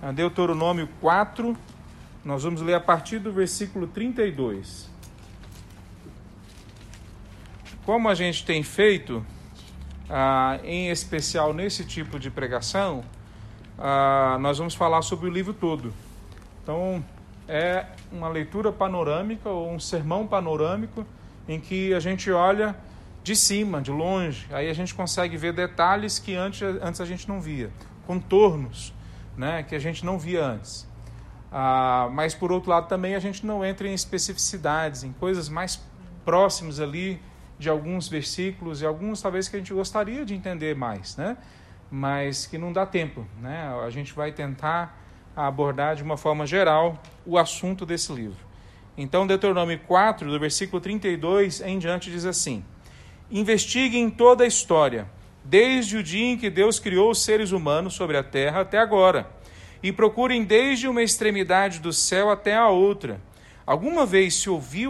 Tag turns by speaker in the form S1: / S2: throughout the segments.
S1: Deuteronômio 4, nós vamos ler a partir do versículo 32. Como a gente tem feito, em especial nesse tipo de pregação, nós vamos falar sobre o livro todo. Então, é uma leitura panorâmica ou um sermão panorâmico em que a gente olha de cima, de longe, aí a gente consegue ver detalhes que antes a gente não via, contornos, né, que a gente não via antes. Mas, por outro lado, também a gente não entra em especificidades, em coisas mais próximas ali de alguns versículos e alguns talvez que a gente gostaria de entender mais, né? Mas que não dá tempo, né? A gente vai tentar abordar de uma forma geral o assunto desse livro. Então, Deuteronômio 4, do versículo 32 em diante, diz assim: investiguem toda a história, desde o dia em que Deus criou os seres humanos sobre a terra até agora, e procurem desde uma extremidade do céu até a outra. Alguma vez se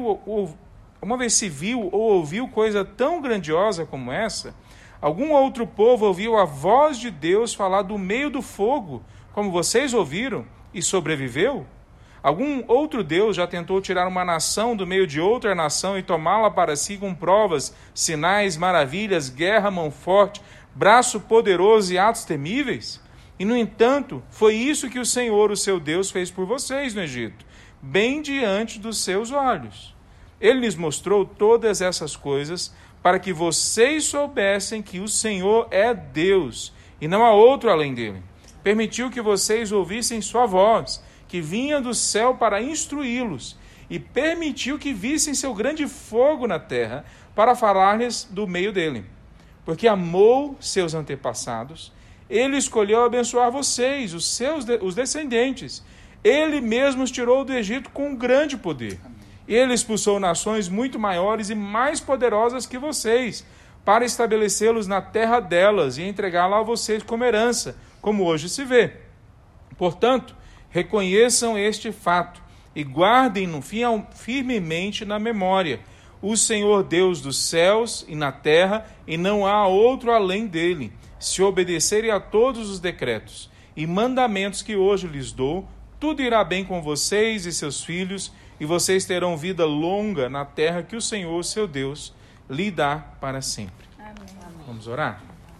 S1: viu ou ouviu coisa tão grandiosa como essa? Algum outro povo ouviu a voz de Deus falar do meio do fogo, como vocês ouviram, e sobreviveu? Algum outro Deus já tentou tirar uma nação do meio de outra nação e tomá-la para si com provas, sinais, maravilhas, guerra, mão forte, braço poderoso e atos temíveis? E, no entanto, foi isso que o Senhor, o seu Deus, fez por vocês no Egito, bem diante dos seus olhos. Ele lhes mostrou todas essas coisas para que vocês soubessem que o Senhor é Deus e não há outro além dele. Permitiu que vocês ouvissem sua voz, que vinha do céu para instruí-los, e permitiu que vissem seu grande fogo na terra para falar-lhes do meio dele. Porque amou seus antepassados, ele escolheu abençoar vocês, os descendentes. Ele mesmo os tirou do Egito com grande poder. Ele expulsou nações muito maiores e mais poderosas que vocês, para estabelecê-los na terra delas e entregá-la a vocês como herança, como hoje se vê. Portanto, reconheçam este fato e guardem-no firmemente na memória. O Senhor Deus dos céus e na terra, e não há outro além dele. Se obedecerem a todos os decretos e mandamentos que hoje lhes dou, tudo irá bem com vocês e seus filhos, e vocês terão vida longa na terra que o Senhor, seu Deus, lhe dá para sempre. Amém. Vamos orar?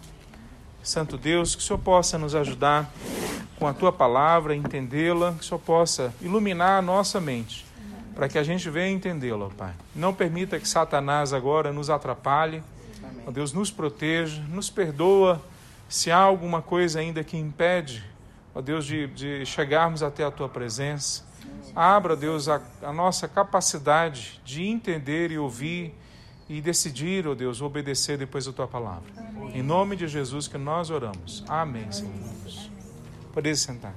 S1: Santo Deus, que o Senhor possa nos ajudar com a Tua palavra, entendê-la, que o Senhor possa iluminar a nossa mente, para que a gente venha entendê-la, Pai. Não permita que Satanás agora nos atrapalhe. Ó Deus, nos proteja, nos perdoa se há alguma coisa ainda que impede, ó Deus, de chegarmos até a Tua presença. Abra, Deus, a nossa capacidade de entender e ouvir e decidir, ó Deus, obedecer depois da Tua palavra. Amém. Em nome de Jesus que nós oramos. Amém, Senhor. Pode sentar.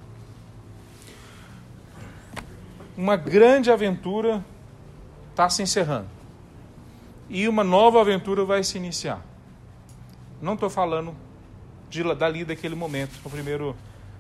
S1: Uma grande aventura está se encerrando. E uma nova aventura vai se iniciar. Não estou falando dali daquele momento, o primeiro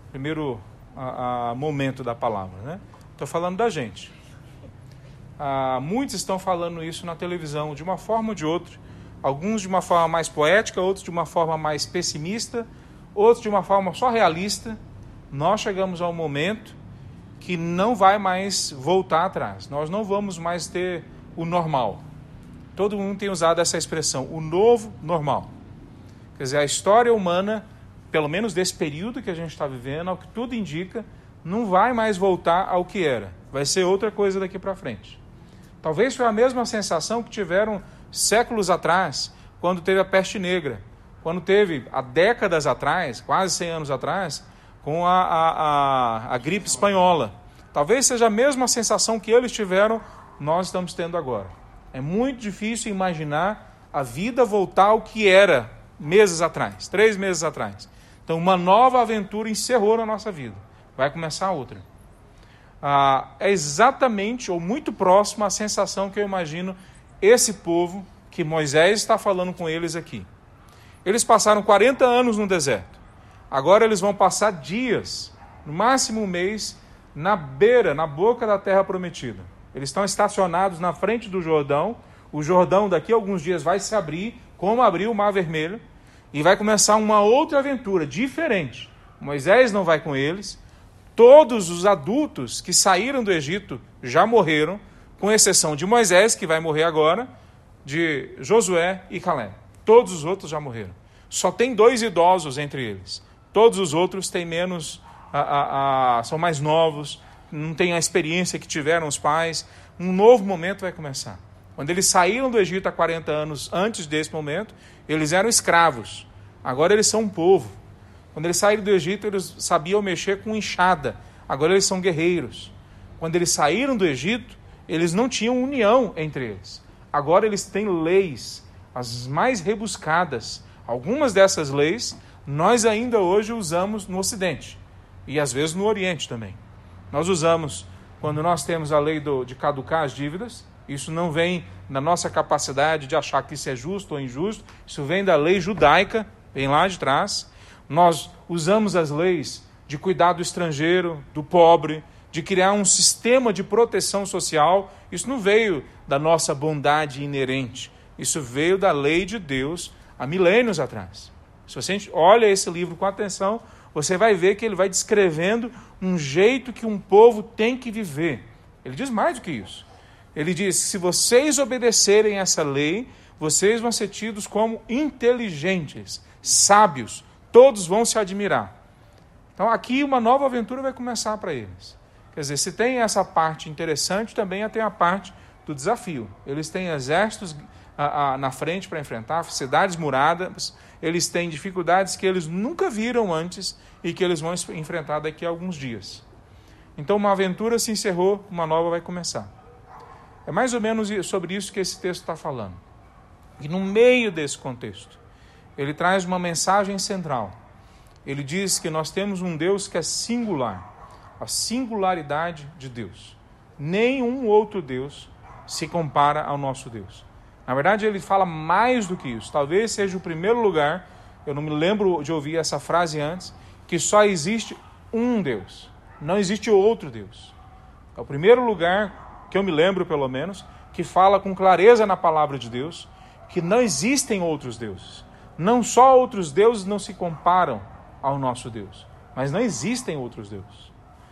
S1: momento da palavra, né? Estou falando da gente. Muitos estão falando isso na televisão, de uma forma ou de outra. Alguns de uma forma mais poética, outros de uma forma mais pessimista, outros de uma forma só realista. Nós chegamos ao momento que não vai mais voltar atrás. Nós não vamos mais ter o normal. Todo mundo tem usado essa expressão, o novo normal. Quer dizer, a história humana, pelo menos desse período que a gente está vivendo, ao que tudo indica, não vai mais voltar ao que era. Vai ser outra coisa daqui para frente. Talvez foi a mesma sensação que tiveram séculos atrás, quando teve a peste negra. Quando teve, há décadas atrás, quase 100 anos atrás, com a gripe espanhola. Talvez seja a mesma sensação que eles tiveram, nós estamos tendo agora. É muito difícil imaginar a vida voltar ao que era meses atrás, 3 meses atrás. Então, uma nova aventura encerrou na nossa vida. Vai começar outra. É exatamente, ou muito próximo, a sensação que eu imagino esse povo, que Moisés está falando com eles aqui. Eles passaram 40 anos no deserto. Agora eles vão passar dias, no máximo um mês, na boca da terra prometida. Eles estão estacionados na frente do Jordão. O Jordão daqui a alguns dias vai se abrir, como abriu o Mar Vermelho, e vai começar uma outra aventura diferente. Moisés não vai com eles, Todos os adultos que saíram do Egito já morreram, com exceção de Moisés, que vai morrer agora, de Josué e Caleb. Todos os outros já morreram. Só tem 2 idosos entre eles. Todos os outros têm menos, são mais novos, não têm a experiência que tiveram os pais. Um novo momento vai começar. Quando eles saíram do Egito há 40 anos antes desse momento, eles eram escravos. Agora eles são um povo. Quando eles saíram do Egito, eles sabiam mexer com enxada. Agora eles são guerreiros. Quando eles saíram do Egito, eles não tinham união entre eles. Agora eles têm leis, as mais rebuscadas. Algumas dessas leis, nós ainda hoje usamos no Ocidente. E às vezes no Oriente também. Nós usamos, quando nós temos a lei de caducar as dívidas, isso não vem da nossa capacidade de achar que isso é justo ou injusto, isso vem da lei judaica, vem lá de trás. Nós usamos as leis de cuidar do estrangeiro, do pobre, de criar um sistema de proteção social. Isso não veio da nossa bondade inerente, isso veio da lei de Deus há milênios atrás. Se você olha esse livro com atenção, você vai ver que ele vai descrevendo um jeito que um povo tem que viver. Ele diz mais do que isso. Ele diz: se vocês obedecerem essa lei, vocês vão ser tidos como inteligentes, sábios, todos vão se admirar. Então aqui uma nova aventura vai começar para eles. Quer dizer, se tem essa parte interessante, também tem a parte do desafio. Eles têm exércitos na frente para enfrentar, cidades muradas, eles têm dificuldades que eles nunca viram antes e que eles vão enfrentar daqui a alguns dias. Então uma aventura se encerrou, uma nova vai começar. É mais ou menos sobre isso que esse texto está falando. E no meio desse contexto, ele traz uma mensagem central. Ele diz que nós temos um Deus que é singular, a singularidade de Deus. Nenhum outro Deus se compara ao nosso Deus. Na verdade, ele fala mais do que isso. Talvez seja o primeiro lugar, eu não me lembro de ouvir essa frase antes, que só existe um Deus, não existe outro Deus. É o primeiro lugar, que eu me lembro pelo menos, que fala com clareza na palavra de Deus, que não existem outros deuses. Não só outros deuses não se comparam ao nosso Deus, mas não existem outros deuses.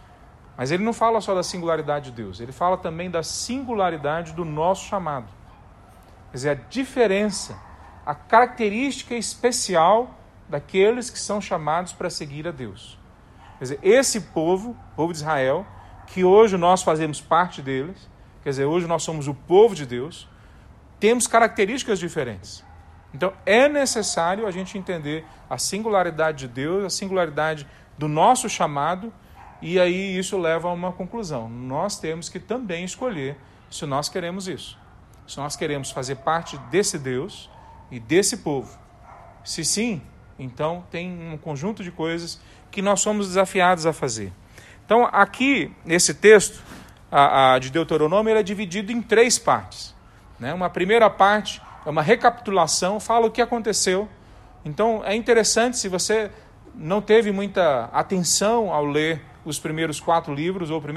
S1: Mas ele não fala só da singularidade de Deus, ele fala também da singularidade do nosso chamado. Quer dizer, a diferença, a característica especial daqueles que são chamados para seguir a Deus. Quer dizer, esse povo, o povo de Israel, que hoje nós fazemos parte deles, quer dizer, hoje nós somos o povo de Deus, temos características diferentes. Então, é necessário a gente entender a singularidade de Deus, a singularidade do nosso chamado, e aí isso leva a uma conclusão. Nós temos que também escolher se nós queremos isso. Se nós queremos fazer parte desse Deus e desse povo. Se sim, então tem um conjunto de coisas que nós somos desafiados a fazer. Então, aqui, nesse texto de Deuteronômio, ele é dividido em 3 partes. Uma primeira parte é uma recapitulação, fala o que aconteceu. Então, é interessante, se você não teve muita atenção ao ler os primeiros 4 livros, ou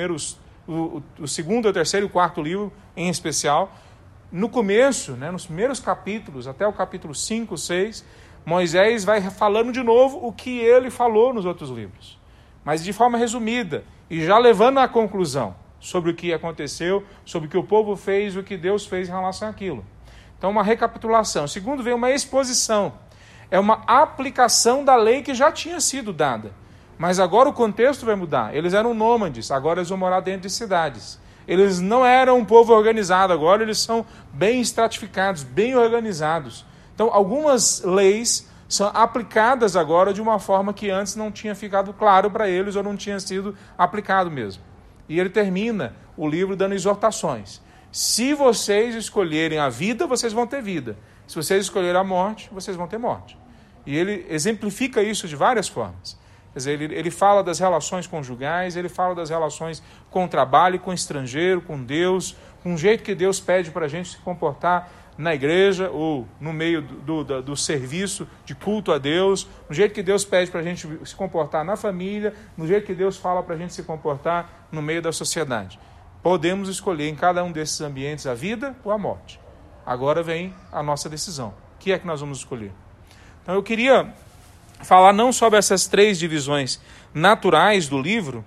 S1: o segundo, o terceiro e o 4º livro em especial, no começo, nos primeiros capítulos, até o capítulo 5, 6, Moisés vai falando de novo o que ele falou nos outros livros, mas de forma resumida, e já levando à conclusão sobre o que aconteceu, sobre o que o povo fez, o que Deus fez em relação àquilo. Então, uma recapitulação. Segundo, vem uma exposição. É uma aplicação da lei que já tinha sido dada. Mas agora o contexto vai mudar. Eles eram nômades, agora eles vão morar dentro de cidades. Eles não eram um povo organizado, agora eles são bem estratificados, bem organizados. Então, algumas leis são aplicadas agora de uma forma que antes não tinha ficado claro para eles ou não tinha sido aplicado mesmo. E ele termina o livro dando exortações. Se vocês escolherem a vida, vocês vão ter vida. Se vocês escolherem a morte, vocês vão ter morte. E ele exemplifica isso de várias formas. Quer dizer, ele fala das relações conjugais, ele fala das relações com o trabalho, com o estrangeiro, com Deus, com o jeito que Deus pede para a gente se comportar na igreja ou no meio do serviço de culto a Deus, no jeito que Deus pede para a gente se comportar na família, no jeito que Deus fala para a gente se comportar no meio da sociedade. Podemos escolher em cada um desses ambientes a vida ou a morte. Agora vem a nossa decisão. O que é que nós vamos escolher? Então eu queria falar não sobre essas 3 divisões naturais do livro,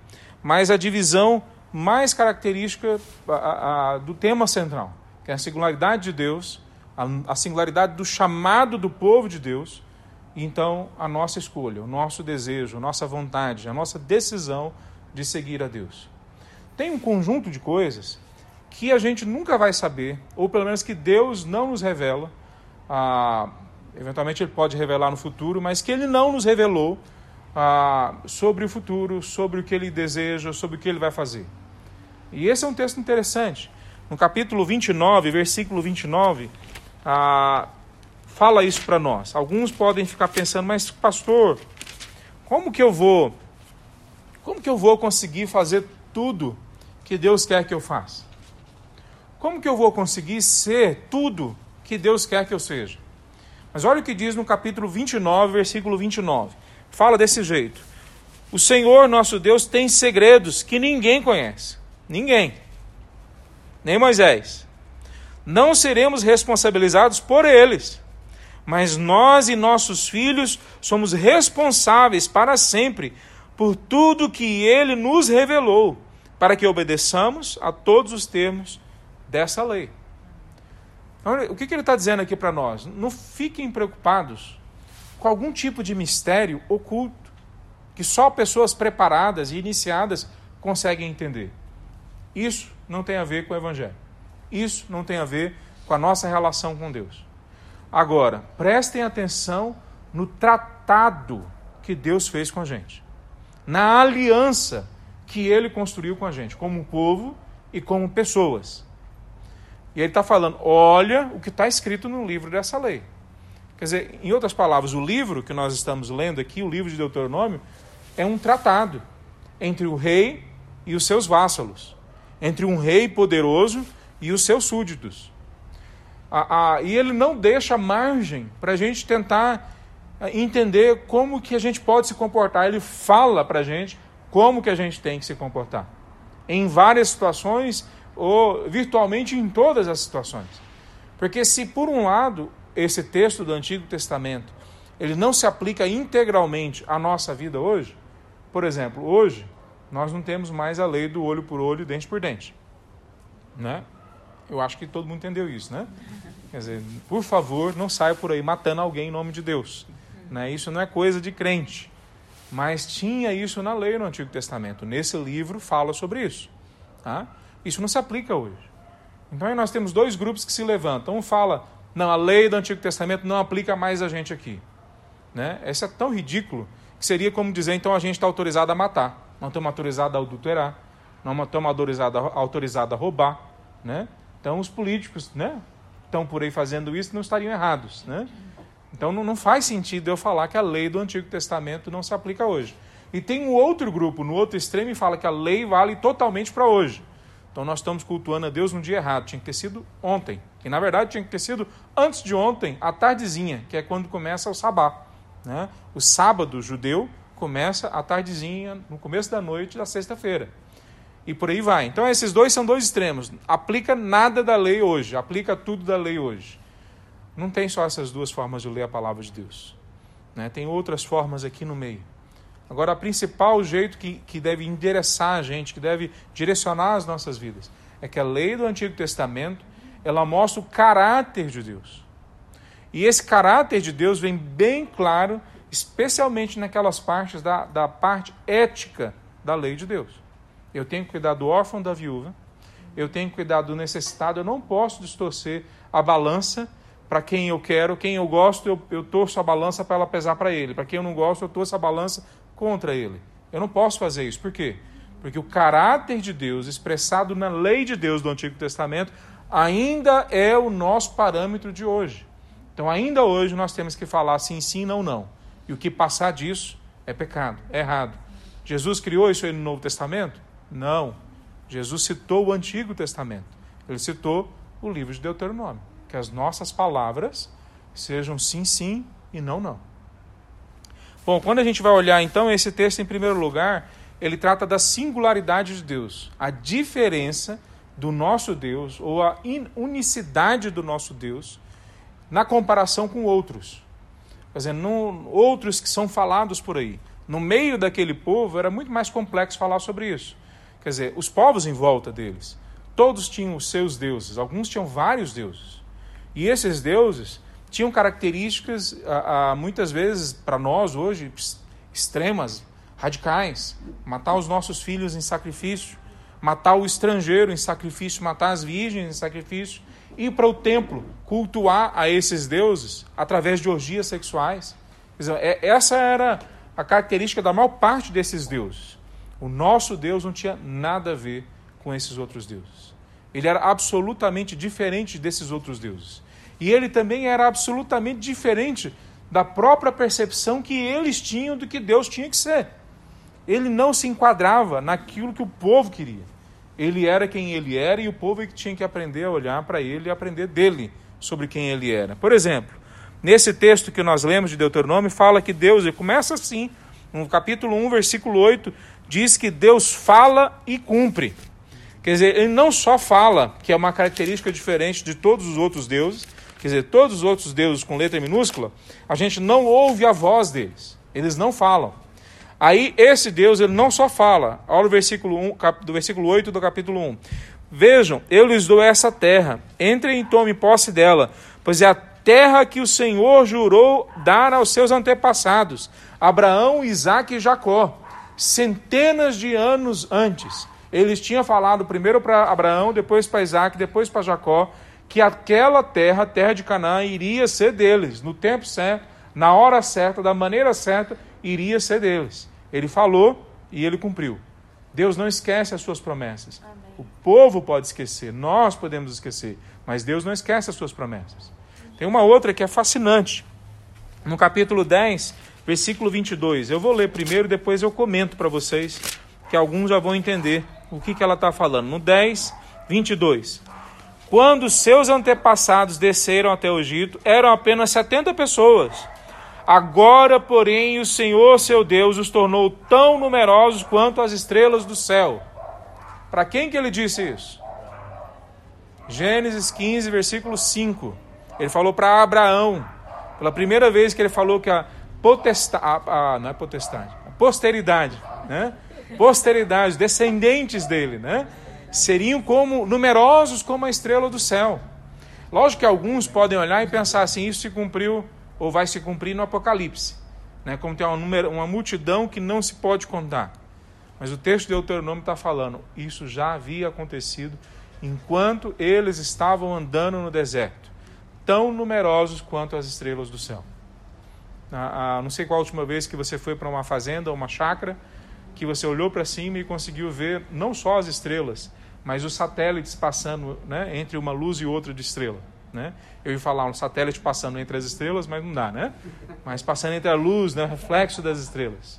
S1: mas a divisão mais característica do tema central, que é a singularidade de Deus, a singularidade do chamado do povo de Deus, e então a nossa escolha, o nosso desejo, a nossa vontade, a nossa decisão de seguir a Deus. Tem um conjunto de coisas que a gente nunca vai saber, ou pelo menos que Deus não nos revela, eventualmente Ele pode revelar no futuro, mas que Ele não nos revelou sobre o futuro, sobre o que Ele deseja, sobre o que Ele vai fazer. E esse é um texto interessante. No capítulo 29, versículo 29, fala isso para nós. Alguns podem ficar pensando, mas pastor, como que eu vou conseguir fazer tudo que Deus quer que eu faça? Como que eu vou conseguir ser tudo que Deus quer que eu seja? Mas olha o que diz no capítulo 29, versículo 29. Fala desse jeito. O Senhor nosso Deus tem segredos que ninguém conhece. Ninguém. Nem Moisés. Não seremos responsabilizados por eles, mas nós e nossos filhos somos responsáveis para sempre por tudo que Ele nos revelou, para que obedeçamos a todos os termos dessa lei. Então, o que Ele está dizendo aqui para nós? Não fiquem preocupados com algum tipo de mistério oculto, que só pessoas preparadas e iniciadas conseguem entender. Isso não tem a ver com o Evangelho. Isso não tem a ver com a nossa relação com Deus. Agora, prestem atenção no tratado que Deus fez com a gente, na aliança que Ele construiu com a gente, como povo e como pessoas. E Ele está falando, olha o que está escrito no livro dessa lei. Quer dizer, em outras palavras, o livro que nós estamos lendo aqui, o livro de Deuteronômio, é um tratado entre o rei e os seus vassalos, entre um rei poderoso e os seus súditos. E ele não deixa margem para a gente tentar entender como que a gente pode se comportar. Ele fala para a gente como que a gente tem que se comportar. Em várias situações, ou virtualmente em todas as situações. Porque se por um lado, esse texto do Antigo Testamento, ele não se aplica integralmente à nossa vida hoje, por exemplo, hoje, nós não temos mais a lei do olho por olho, dente por dente. Né? Eu acho que todo mundo entendeu isso, né? Quer dizer, por favor, não saia por aí matando alguém em nome de Deus. Né? Isso não é coisa de crente. Mas tinha isso na lei no Antigo Testamento. Nesse livro fala sobre isso. Tá? Isso não se aplica hoje. Então aí nós temos dois grupos que se levantam. Um fala, não, a lei do Antigo Testamento não aplica mais a gente aqui. Né? Isso é tão ridículo que seria como dizer, então a gente está autorizado a matar. Não estamos autorizados a adulterar. Não estamos autorizados a roubar. Né? Então os políticos, né, estão por aí fazendo isso, não estariam errados. Né? Então não faz sentido eu falar que a lei do Antigo Testamento não se aplica hoje. E tem um outro grupo, no outro extremo, e fala que a lei vale totalmente para hoje. Então nós estamos cultuando a Deus no dia errado. Tinha que ter sido ontem. Que na verdade tinha que ter sido antes de ontem, à tardezinha, que é quando começa o sabá. Né? O sábado judeu começa à tardezinha, no começo da noite da sexta-feira. E por aí vai. Então esses dois são dois extremos. Aplica nada da lei hoje. Aplica tudo da lei hoje. Não tem só essas duas formas de ler a palavra de Deus. Né? Tem outras formas aqui no meio. Agora, o principal jeito que deve endereçar a gente, que deve direcionar as nossas vidas, é que a lei do Antigo Testamento, ela mostra o caráter de Deus. E esse caráter de Deus vem bem claro, especialmente naquelas partes da parte ética da lei de Deus. Eu tenho que cuidar do órfão, da viúva, eu tenho que cuidar do necessitado, eu não posso distorcer a balança para quem eu quero, quem eu gosto, eu torço a balança para ela pesar para ele. Para quem eu não gosto, eu torço a balança contra ele. Eu não posso fazer isso. Por quê? Porque o caráter de Deus, expressado na lei de Deus do Antigo Testamento, ainda é o nosso parâmetro de hoje. Então, ainda hoje, nós temos que falar sim, sim, não, não. E o que passar disso é pecado, é errado. Jesus criou isso aí no Novo Testamento? Não. Jesus citou o Antigo Testamento. Ele citou o livro de Deuteronômio. Que as nossas palavras sejam sim, sim e não, não. Bom, quando a gente vai olhar então esse texto em primeiro lugar, ele trata da singularidade de Deus, a diferença do nosso Deus ou a unicidade do nosso Deus na comparação com outros. Quer dizer, outros que são falados por aí. No meio daquele povo era muito mais complexo falar sobre isso. Quer dizer, os povos em volta deles, todos tinham os seus deuses, alguns tinham vários deuses. E esses deuses tinham características, muitas vezes, para nós hoje, extremas, radicais. Matar os nossos filhos em sacrifício, matar o estrangeiro em sacrifício, matar as virgens em sacrifício, ir para o templo, cultuar a esses deuses através de orgias sexuais. Quer dizer, essa era a característica da maior parte desses deuses. O nosso Deus não tinha nada a ver com esses outros deuses. Ele era absolutamente diferente desses outros deuses. E ele também era absolutamente diferente da própria percepção que eles tinham do que Deus tinha que ser. Ele não se enquadrava naquilo que o povo queria. Ele era quem ele era e o povo é que tinha que aprender a olhar para ele e aprender dele sobre quem ele era. Por exemplo, nesse texto que nós lemos de Deuteronômio, fala que Deus, ele começa assim, no capítulo 1, versículo 8, diz que Deus fala e cumpre. Quer dizer, ele não só fala, que é uma característica diferente de todos os outros deuses, quer dizer, todos os outros deuses com letra minúscula, a gente não ouve a voz deles, eles não falam. Aí esse Deus, ele não só fala, olha o versículo 1, do versículo 8 do capítulo 1. Vejam, eu lhes dou essa terra, entrem e tomem posse dela, pois é a terra que o Senhor jurou dar aos seus antepassados, Abraão, Isaque e Jacó, centenas de anos antes. Eles tinham falado primeiro para Abraão, depois para Isaque, depois para Jacó, que aquela terra, a terra de Canaã, iria ser deles, no tempo certo, na hora certa, da maneira certa, iria ser deles. Ele falou e ele cumpriu. Deus não esquece as suas promessas. Amém. O povo pode esquecer, nós podemos esquecer, mas Deus não esquece as suas promessas. Tem uma outra que é fascinante. No capítulo 10, versículo 22. Eu vou ler primeiro, depois eu comento para vocês, que alguns já vão entender o que ela está falando. No 10, 22. Quando seus antepassados desceram até o Egito, eram apenas 70 pessoas. Agora, porém, o Senhor, seu Deus, os tornou tão numerosos quanto as estrelas do céu. Para quem que ele disse isso? Gênesis 15, versículo 5. Ele falou para Abraão. Pela primeira vez que ele falou que a posteridade, né? Posteridade, descendentes dele, né? Seriam como numerosos como a estrela do céu. Lógico que alguns podem olhar e pensar assim, isso se cumpriu ou vai se cumprir no Apocalipse, né? Como tem uma multidão que não se pode contar. Mas o texto de Deuteronômio está falando, isso já havia acontecido enquanto eles estavam andando no deserto, tão numerosos quanto as estrelas do céu. Não sei qual a última vez que você foi para uma fazenda ou uma chácara, que você olhou para cima e conseguiu ver não só as estrelas, mas os satélites passando, né, entre uma luz e outra de estrela. Né? Eu ia falar um satélite passando entre as estrelas, mas não dá, né? Mas passando entre a luz, né, o reflexo das estrelas.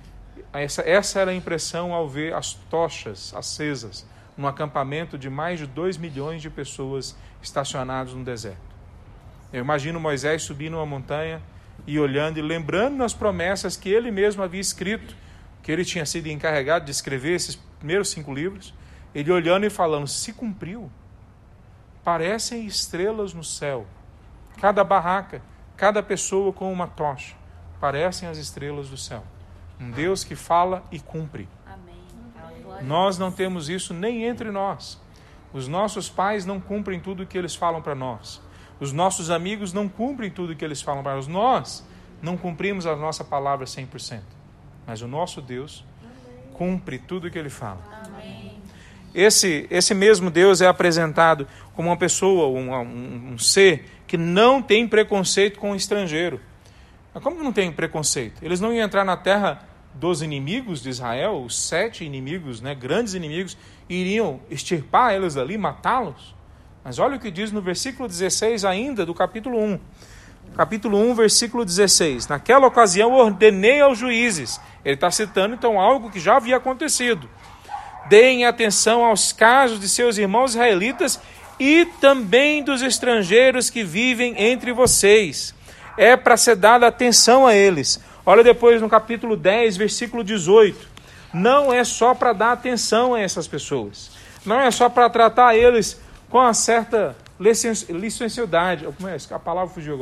S1: Essa era a impressão ao ver as tochas acesas num acampamento de mais de 2 milhões de pessoas estacionadas no deserto. Eu imagino Moisés subindo uma montanha e olhando e lembrando nas promessas que ele mesmo havia escrito, que ele tinha sido encarregado de escrever esses primeiros 5 livros, ele olhando e falando, se cumpriu. Parecem estrelas no céu. Cada barraca, cada pessoa com uma tocha. Parecem as estrelas do céu. Um Deus que fala e cumpre. Amém. Nós não temos isso nem entre nós. Os nossos pais não cumprem tudo o que eles falam para nós. Os nossos amigos não cumprem tudo o que eles falam para nós. Nós não cumprimos a nossa palavra 100%. Mas o nosso Deus cumpre tudo o que ele fala. Amém. Esse mesmo Deus é apresentado como uma pessoa, um ser que não tem preconceito com o estrangeiro. Mas como não tem preconceito? Eles não iam entrar na terra dos inimigos de Israel, os 7 inimigos, né, grandes inimigos, iriam extirpar eles ali, matá-los? Mas olha o que diz no versículo 16 ainda do capítulo 1. Capítulo 1, versículo 16. Naquela ocasião ordenei aos juízes. Ele está citando então algo que já havia acontecido. Deem atenção aos casos de seus irmãos israelitas e também dos estrangeiros que vivem entre vocês. É para ser dada atenção a eles. Olha depois no capítulo 10, versículo 18. Não é só para dar atenção a essas pessoas. Não é só para tratar eles com uma certa licenciodade. Como é? A palavra fugiu agora.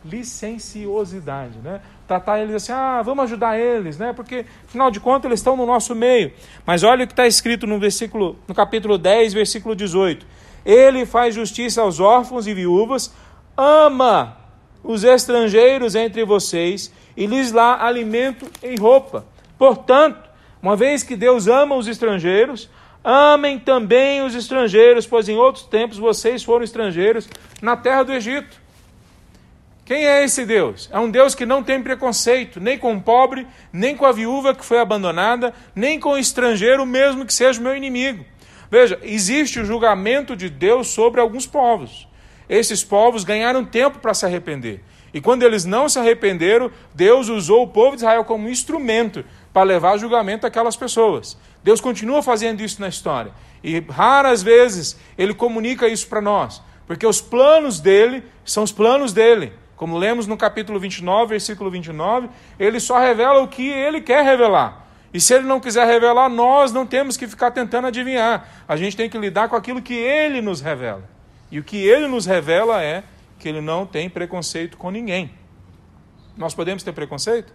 S1: licenciosidade, né? Tratar eles assim, vamos ajudar eles, né? Porque, afinal de contas, eles estão no nosso meio. Mas olha o que está escrito no capítulo 10, versículo 18. Ele faz justiça aos órfãos e viúvas, ama os estrangeiros entre vocês e lhes dá alimento e roupa. Portanto, uma vez que Deus ama os estrangeiros, amem também os estrangeiros, pois em outros tempos vocês foram estrangeiros na terra do Egito. Quem é esse Deus? É um Deus que não tem preconceito, nem com o pobre, nem com a viúva que foi abandonada, nem com o estrangeiro, mesmo que seja o meu inimigo. Veja, existe o julgamento de Deus sobre alguns povos. Esses povos ganharam tempo para se arrepender. E quando eles não se arrependeram, Deus usou o povo de Israel como instrumento para levar julgamento àquelas pessoas. Deus continua fazendo isso na história. E raras vezes Ele comunica isso para nós. Porque os planos dele são os planos dele. Como lemos no capítulo 29, versículo 29, Ele só revela o que Ele quer revelar. E se Ele não quiser revelar, nós não temos que ficar tentando adivinhar. A gente tem que lidar com aquilo que Ele nos revela. E o que Ele nos revela é que Ele não tem preconceito com ninguém. Nós podemos ter preconceito?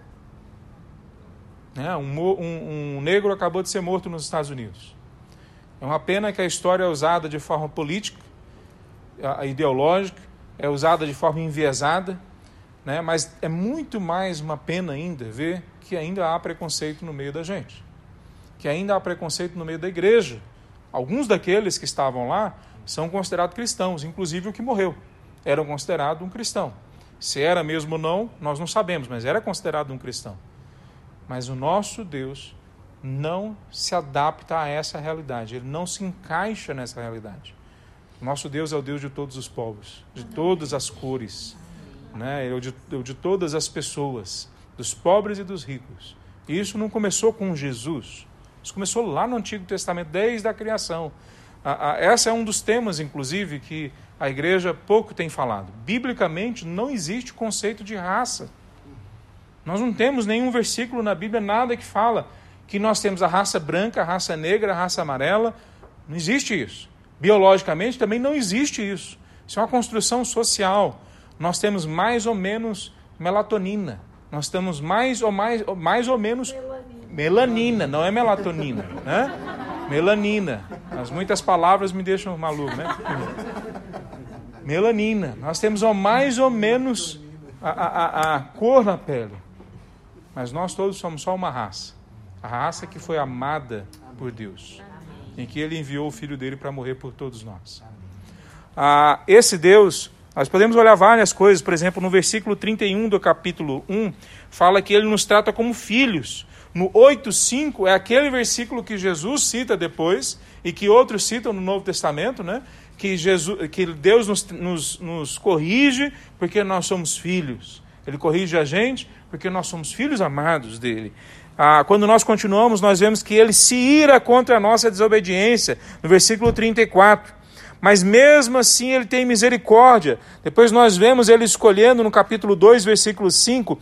S1: Um negro acabou de ser morto nos Estados Unidos. É uma pena que a história é usada de forma política, ideológica, é usada de forma enviesada, né? Mas é muito mais uma pena ainda ver que ainda há preconceito no meio da gente, que ainda há preconceito no meio da igreja. Alguns daqueles que estavam lá são considerados cristãos, inclusive o que morreu era considerado um cristão. Se era mesmo ou não, nós não sabemos, mas era considerado um cristão. Mas o nosso Deus não se adapta a essa realidade, Ele não se encaixa nessa realidade. O nosso Deus é o Deus de todos os povos, de todas as cores, né? Ele é o de todas as pessoas, dos pobres e dos ricos. E isso não começou com Jesus, isso começou lá no Antigo Testamento, desde a criação. Esse é um dos temas, inclusive, que a igreja pouco tem falado. Biblicamente, não existe conceito de raça. Nós não temos nenhum versículo na Bíblia, nada que fala que nós temos a raça branca, a raça negra, a raça amarela. Não existe isso. Biologicamente também não existe isso. Isso é uma construção social. Nós temos mais ou menos melatonina. Nós temos mais ou menos melanina, não é melatonina, né? Melanina. Muitas palavras me deixam maluco, né? Melanina. Nós temos mais ou menos a cor na pele. Mas nós todos somos só uma raça. A raça que foi amada por Deus. Em que Ele enviou o Filho dele para morrer por todos nós. Esse Deus, nós podemos olhar várias coisas. Por exemplo, no versículo 31 do capítulo 1, fala que Ele nos trata como filhos. No 8:5 é aquele versículo que Jesus cita depois, e que outros citam no Novo Testamento, né? Que Deus nos corrige porque nós somos filhos. Ele corrige a gente porque nós somos filhos amados dele. Quando nós continuamos, nós vemos que Ele se ira contra a nossa desobediência, no versículo 34. Mas mesmo assim Ele tem misericórdia. Depois nós vemos Ele escolhendo no capítulo 2, versículo 5,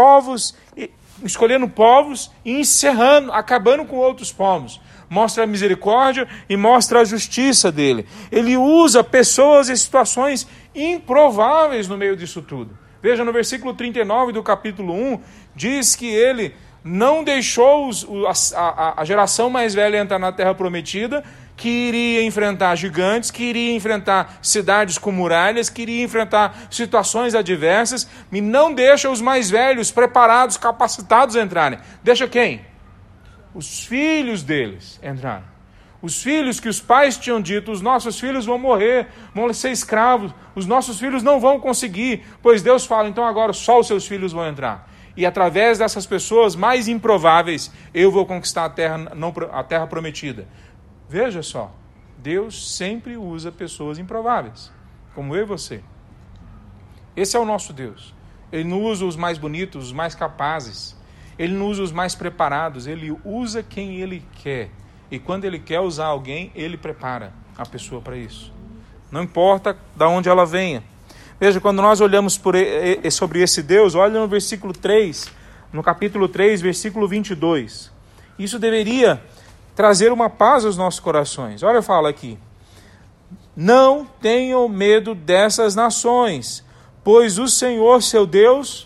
S1: escolhendo povos e acabando com outros povos. Mostra a misericórdia e mostra a justiça dele. Ele usa pessoas e situações improváveis no meio disso tudo. Veja, no versículo 39 do capítulo 1, diz que Ele não deixou a geração mais velha entrar na terra prometida, que iria enfrentar gigantes, que iria enfrentar cidades com muralhas, que iria enfrentar situações adversas, e não deixa os mais velhos, preparados, capacitados a entrarem. Deixa quem? Os filhos deles entrarem. Os filhos que os pais tinham dito, os nossos filhos vão morrer, vão ser escravos, os nossos filhos não vão conseguir, pois Deus fala, então agora só os seus filhos vão entrar. E através dessas pessoas mais improváveis, eu vou conquistar a terra prometida. Veja só, Deus sempre usa pessoas improváveis, como eu e você. Esse é o nosso Deus. Ele não usa os mais bonitos, os mais capazes. Ele não usa os mais preparados. Ele usa quem Ele quer. E quando Ele quer usar alguém, Ele prepara a pessoa para isso. Não importa de onde ela venha. Veja, quando nós olhamos sobre esse Deus, olha no versículo 3, no capítulo 3, versículo 22. Isso deveria trazer uma paz aos nossos corações. Olha, fala aqui. Não tenham medo dessas nações, pois o Senhor, seu Deus,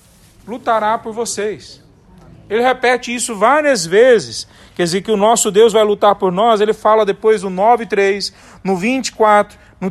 S1: lutará por vocês. Ele repete isso várias vezes, quer dizer que o nosso Deus vai lutar por nós. Ele fala depois no 9:3, no 24, no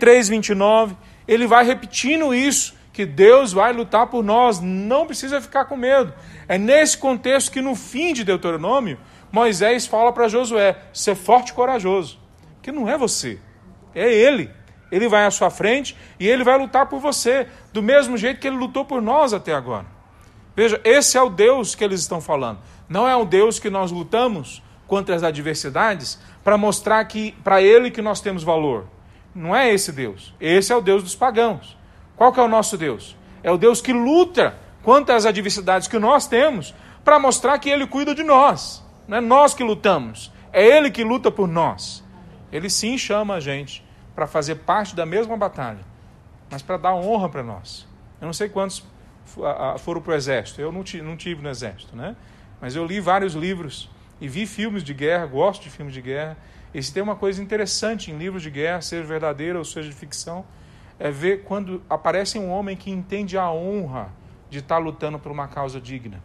S1: 33:29, ele vai repetindo isso, que Deus vai lutar por nós, não precisa ficar com medo. É nesse contexto que no fim de Deuteronômio, Moisés fala para Josué, ser forte e corajoso, que não é você, é ele. Ele vai à sua frente e ele vai lutar por você, do mesmo jeito que ele lutou por nós até agora. Veja, esse é o Deus que eles estão falando. Não é o Deus que nós lutamos contra as adversidades para mostrar que para ele que nós temos valor. Não é esse Deus. Esse é o Deus dos pagãos. Qual que é o nosso Deus? É o Deus que luta contra as adversidades que nós temos para mostrar que ele cuida de nós. Não é nós que lutamos, é ele que luta por nós. Ele sim chama a gente para fazer parte da mesma batalha, mas para dar honra para nós. Eu não sei quantos foram para o exército, eu não tive no exército, né? Mas eu li vários livros e vi filmes de guerra, gosto de filmes de guerra, e se tem uma coisa interessante em livros de guerra, seja verdadeira ou seja de ficção, é ver quando aparece um homem que entende a honra de estar lutando por uma causa digna.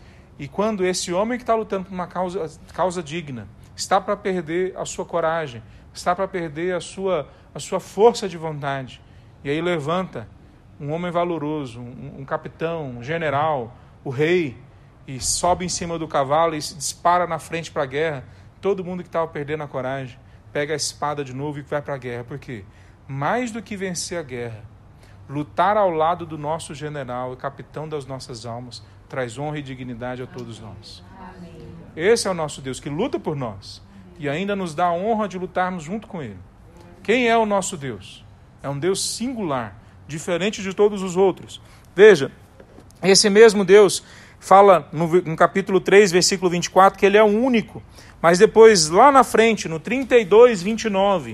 S1: E quando esse homem que está lutando por uma causa digna está para perder a sua coragem, está para perder a sua força de vontade, e aí levanta um homem valoroso, um capitão, um general, o rei, e sobe em cima do cavalo e se dispara na frente para a guerra, todo mundo que estava perdendo a coragem pega a espada de novo e vai para a guerra. Por quê? Mais do que vencer a guerra, lutar ao lado do nosso general e capitão das nossas almas traz honra e dignidade a todos nós. Amém. Esse é o nosso Deus que luta por nós e ainda nos dá a honra de lutarmos junto com ele. Quem é o nosso Deus? É um Deus singular, diferente de todos os outros. Veja, esse mesmo Deus fala no capítulo 3, versículo 24, que ele é o único. Mas depois, lá na frente, no 32, 29,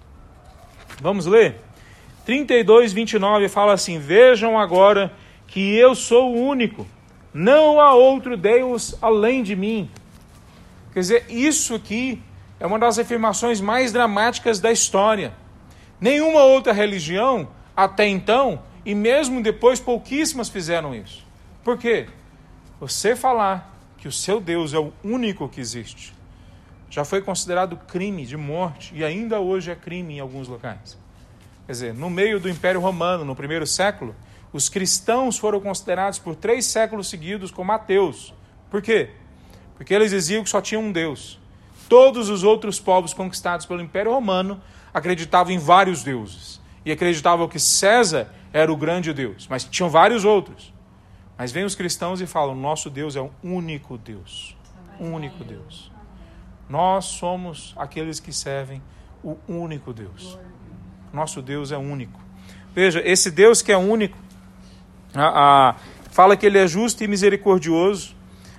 S1: vamos ler? 32, 29 fala assim: vejam agora que eu sou o único, não há outro Deus além de mim. Quer dizer, isso aqui é uma das afirmações mais dramáticas da história. Nenhuma outra religião, até então, e mesmo depois, pouquíssimas fizeram isso. Por quê? Você falar que o seu Deus é o único que existe, já foi considerado crime de morte, e ainda hoje é crime em alguns locais. Quer dizer, no meio do Império Romano, no primeiro século, os cristãos foram considerados por 3 séculos seguidos como ateus. Por quê? Porque eles diziam que só tinha um Deus. Todos os outros povos conquistados pelo Império Romano acreditavam em vários deuses. E acreditavam que César era o grande Deus, mas tinham vários outros. Mas vêm os cristãos e falam: nosso Deus é um único Deus. Um único Deus. Nós somos aqueles que servem o único Deus. Nosso Deus é único. Veja, esse Deus que é único, fala que ele é justo e misericordioso.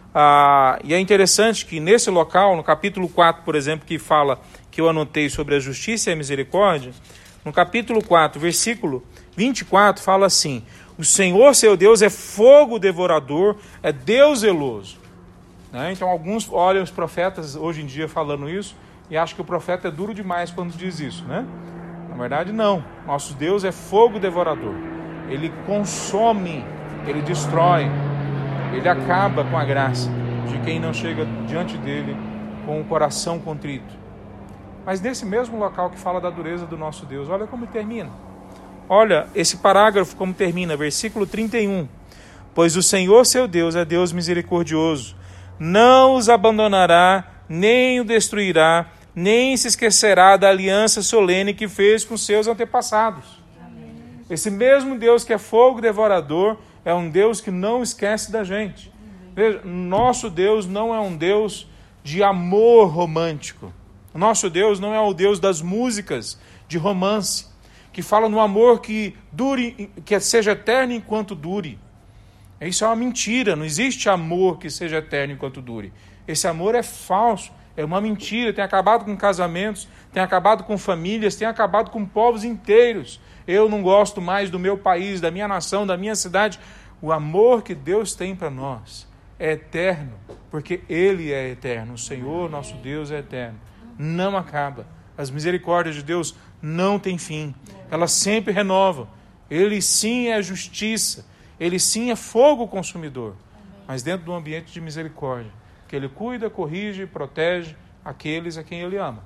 S1: E é interessante que nesse local, no capítulo 4, por exemplo, que fala, que eu anotei sobre a justiça e a misericórdia, no capítulo 4, versículo 24, fala assim: o Senhor, seu Deus, é fogo devorador, é Deus zeloso. Né? Então, alguns olham os profetas hoje em dia falando isso e acham que o profeta é duro demais quando diz isso, né? Na verdade, não. Nosso Deus é fogo devorador. Ele consome, ele destrói, ele acaba com a graça de quem não chega diante dele com o coração contrito. Mas nesse mesmo local que fala da dureza do nosso Deus, olha como termina. Olha esse parágrafo como termina, versículo 31. Pois o Senhor, seu Deus, é Deus misericordioso, não os abandonará, nem o destruirá, nem se esquecerá da aliança solene que fez com seus antepassados. Amém. Esse mesmo Deus que é fogo devorador é um Deus que não esquece da gente. Veja, nosso Deus não é um Deus de amor romântico. Nosso Deus não é o Deus das músicas de romance, que fala no amor que dure, que seja eterno enquanto dure. Isso é uma mentira, não existe amor que seja eterno enquanto dure. Esse amor é falso, é uma mentira, tem acabado com casamentos, tem acabado com famílias, tem acabado com povos inteiros. Eu não gosto mais do meu país, da minha nação, da minha cidade. O amor que Deus tem para nós é eterno, porque Ele é eterno. O Senhor, nosso Deus, é eterno. Não acaba. As misericórdias de Deus não têm fim. Elas sempre renovam. Ele sim é justiça. Ele sim é fogo consumidor. Mas dentro de um ambiente de misericórdia, que Ele cuida, corrige e protege aqueles a quem Ele ama.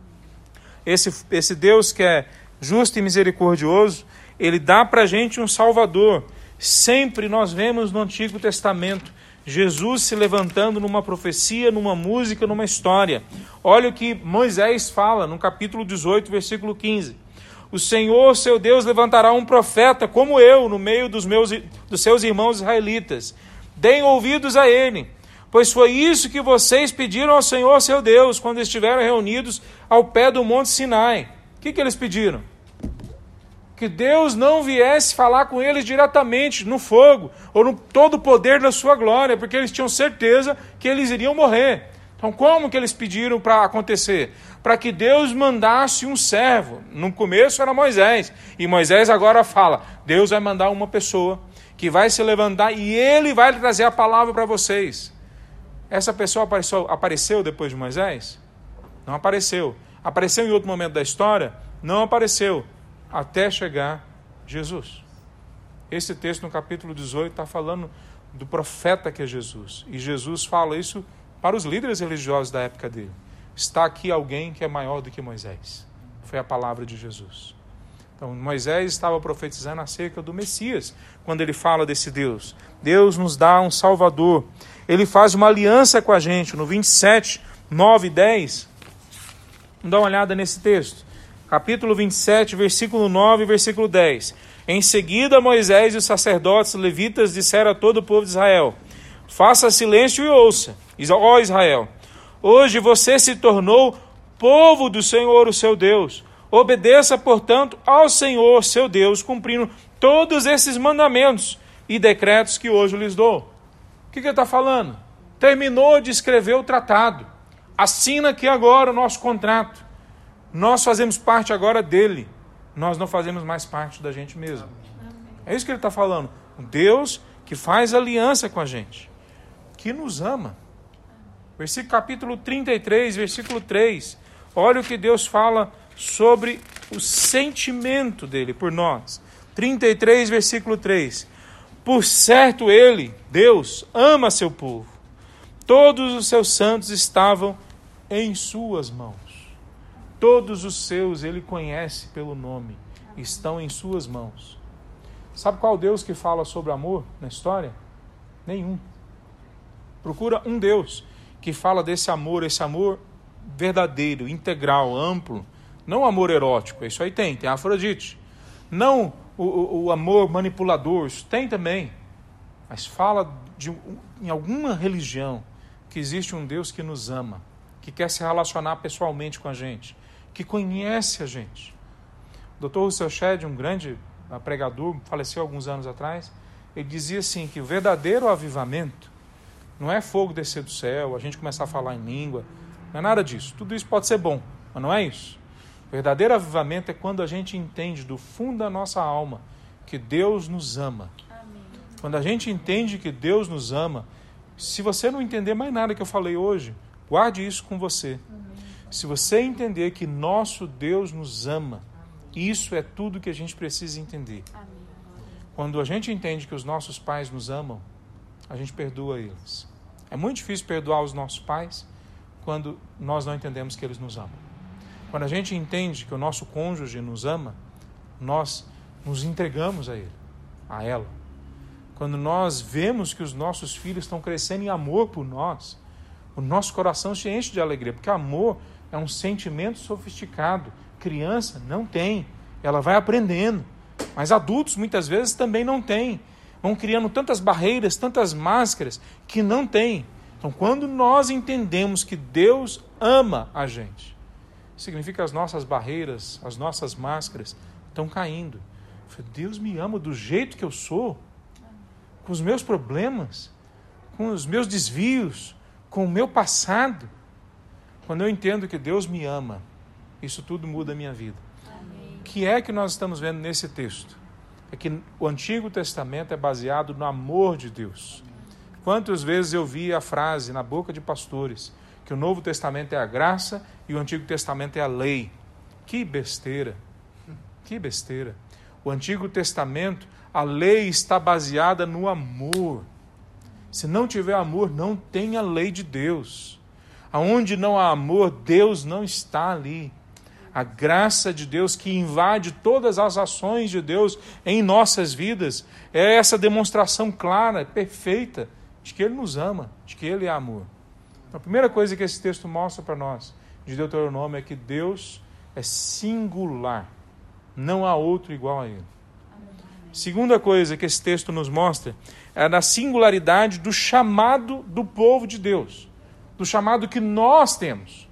S1: Esse Deus que é justo e misericordioso, Ele dá para a gente um Salvador. Sempre nós vemos no Antigo Testamento Jesus se levantando numa profecia, numa música, numa história. Olha o que Moisés fala no capítulo 18, versículo 15. O Senhor, seu Deus, levantará um profeta como eu no meio dos seus irmãos israelitas. Deem ouvidos a ele, pois foi isso que vocês pediram ao Senhor, seu Deus, quando estiveram reunidos ao pé do Monte Sinai. O que eles pediram? Que Deus não viesse falar com eles diretamente no fogo, ou no todo o poder da sua glória, porque eles tinham certeza que eles iriam morrer. Então como que eles pediram para acontecer? Para que Deus mandasse um servo. No começo era Moisés, e Moisés agora fala, Deus vai mandar uma pessoa que vai se levantar e ele vai trazer a palavra para vocês. Essa pessoa apareceu depois de Moisés? Não apareceu. Apareceu em outro momento da história? Não apareceu. Até chegar Jesus. Esse texto no capítulo 18 está falando do profeta que é Jesus. E Jesus fala isso para os líderes religiosos da época dele. Está aqui alguém que é maior do que Moisés. Foi a palavra de Jesus. Então Moisés estava profetizando acerca do Messias, quando ele fala desse Deus. Deus nos dá um Salvador. Ele faz uma aliança com a gente. No 27, 9 e 10. Vamos dar uma olhada nesse texto. Capítulo 27, versículo 9 e versículo 10. Em seguida, Moisés e os sacerdotes levitas disseram a todo o povo de Israel: faça silêncio e ouça, ó Israel. Hoje você se tornou povo do Senhor, o seu Deus. Obedeça, portanto, ao Senhor, seu Deus, cumprindo todos esses mandamentos e decretos que hoje lhes dou. O que ele está falando? Terminou de escrever o tratado. Assina aqui agora o nosso contrato. Nós fazemos parte agora dele. Nós não fazemos mais parte da gente mesmo. É isso que ele está falando. Um Deus que faz aliança com a gente, que nos ama. Versículo capítulo 33, versículo 3. Olha o que Deus fala sobre o sentimento dele por nós. 33, versículo 3. Por certo ele, Deus, ama seu povo. Todos os seus santos estavam em suas mãos. Todos os seus ele conhece pelo nome. Estão em suas mãos. Sabe qual Deus que fala sobre amor na história? Nenhum. Procura um Deus que fala desse amor, esse amor verdadeiro, integral, amplo. Não amor erótico, isso aí tem Afrodite. Não o amor manipulador, isso tem também. Mas fala em alguma religião que existe um Deus que nos ama, que quer se relacionar pessoalmente com a gente, que conhece a gente. O Dr. Russell Shedd, um grande pregador, faleceu alguns anos atrás, ele dizia assim, que o verdadeiro avivamento não é fogo descer do céu, a gente começar a falar em língua, não é nada disso. Tudo isso pode ser bom, mas não é isso. O verdadeiro avivamento é quando a gente entende do fundo da nossa alma que Deus nos ama. Amém. Quando a gente entende que Deus nos ama, se você não entender mais nada que eu falei hoje, guarde isso com você. Amém. Se você entender que nosso Deus nos ama, isso é tudo que a gente precisa entender. Amém. Quando a gente entende que os nossos pais nos amam, a gente perdoa eles. É muito difícil perdoar os nossos pais quando nós não entendemos que eles nos amam. Quando a gente entende que o nosso cônjuge nos ama, nós nos entregamos a ele, a ela. Quando nós vemos que os nossos filhos estão crescendo em amor por nós, o nosso coração se enche de alegria, porque amor é um sentimento sofisticado. Criança não tem, ela vai aprendendo. Mas adultos muitas vezes também não têm. Vão criando tantas barreiras, tantas máscaras que não têm. Então, quando nós entendemos que Deus ama a gente, significa que as nossas barreiras, as nossas máscaras estão caindo. Deus me ama do jeito que eu sou, com os meus problemas, com os meus desvios, com o meu passado. Quando eu entendo que Deus me ama, isso tudo muda a minha vida. Amém. O que é que nós estamos vendo nesse texto? É que o Antigo Testamento é baseado no amor de Deus. Quantas vezes eu vi a frase na boca de pastores que o Novo Testamento é a graça e o Antigo Testamento é a lei. Que besteira! Que besteira! O Antigo Testamento, a lei está baseada no amor. Se não tiver amor, não tem a lei de Deus. Aonde não há amor, Deus não está ali. A graça de Deus que invade todas as ações de Deus em nossas vidas é essa demonstração clara, perfeita, de que Ele nos ama, de que Ele é amor. A primeira coisa que esse texto mostra para nós, de Deuteronômio, é que Deus é singular. Não há outro igual a Ele. Segunda coisa que esse texto nos mostra é a singularidade do chamado do povo de Deus, do chamado que nós temos,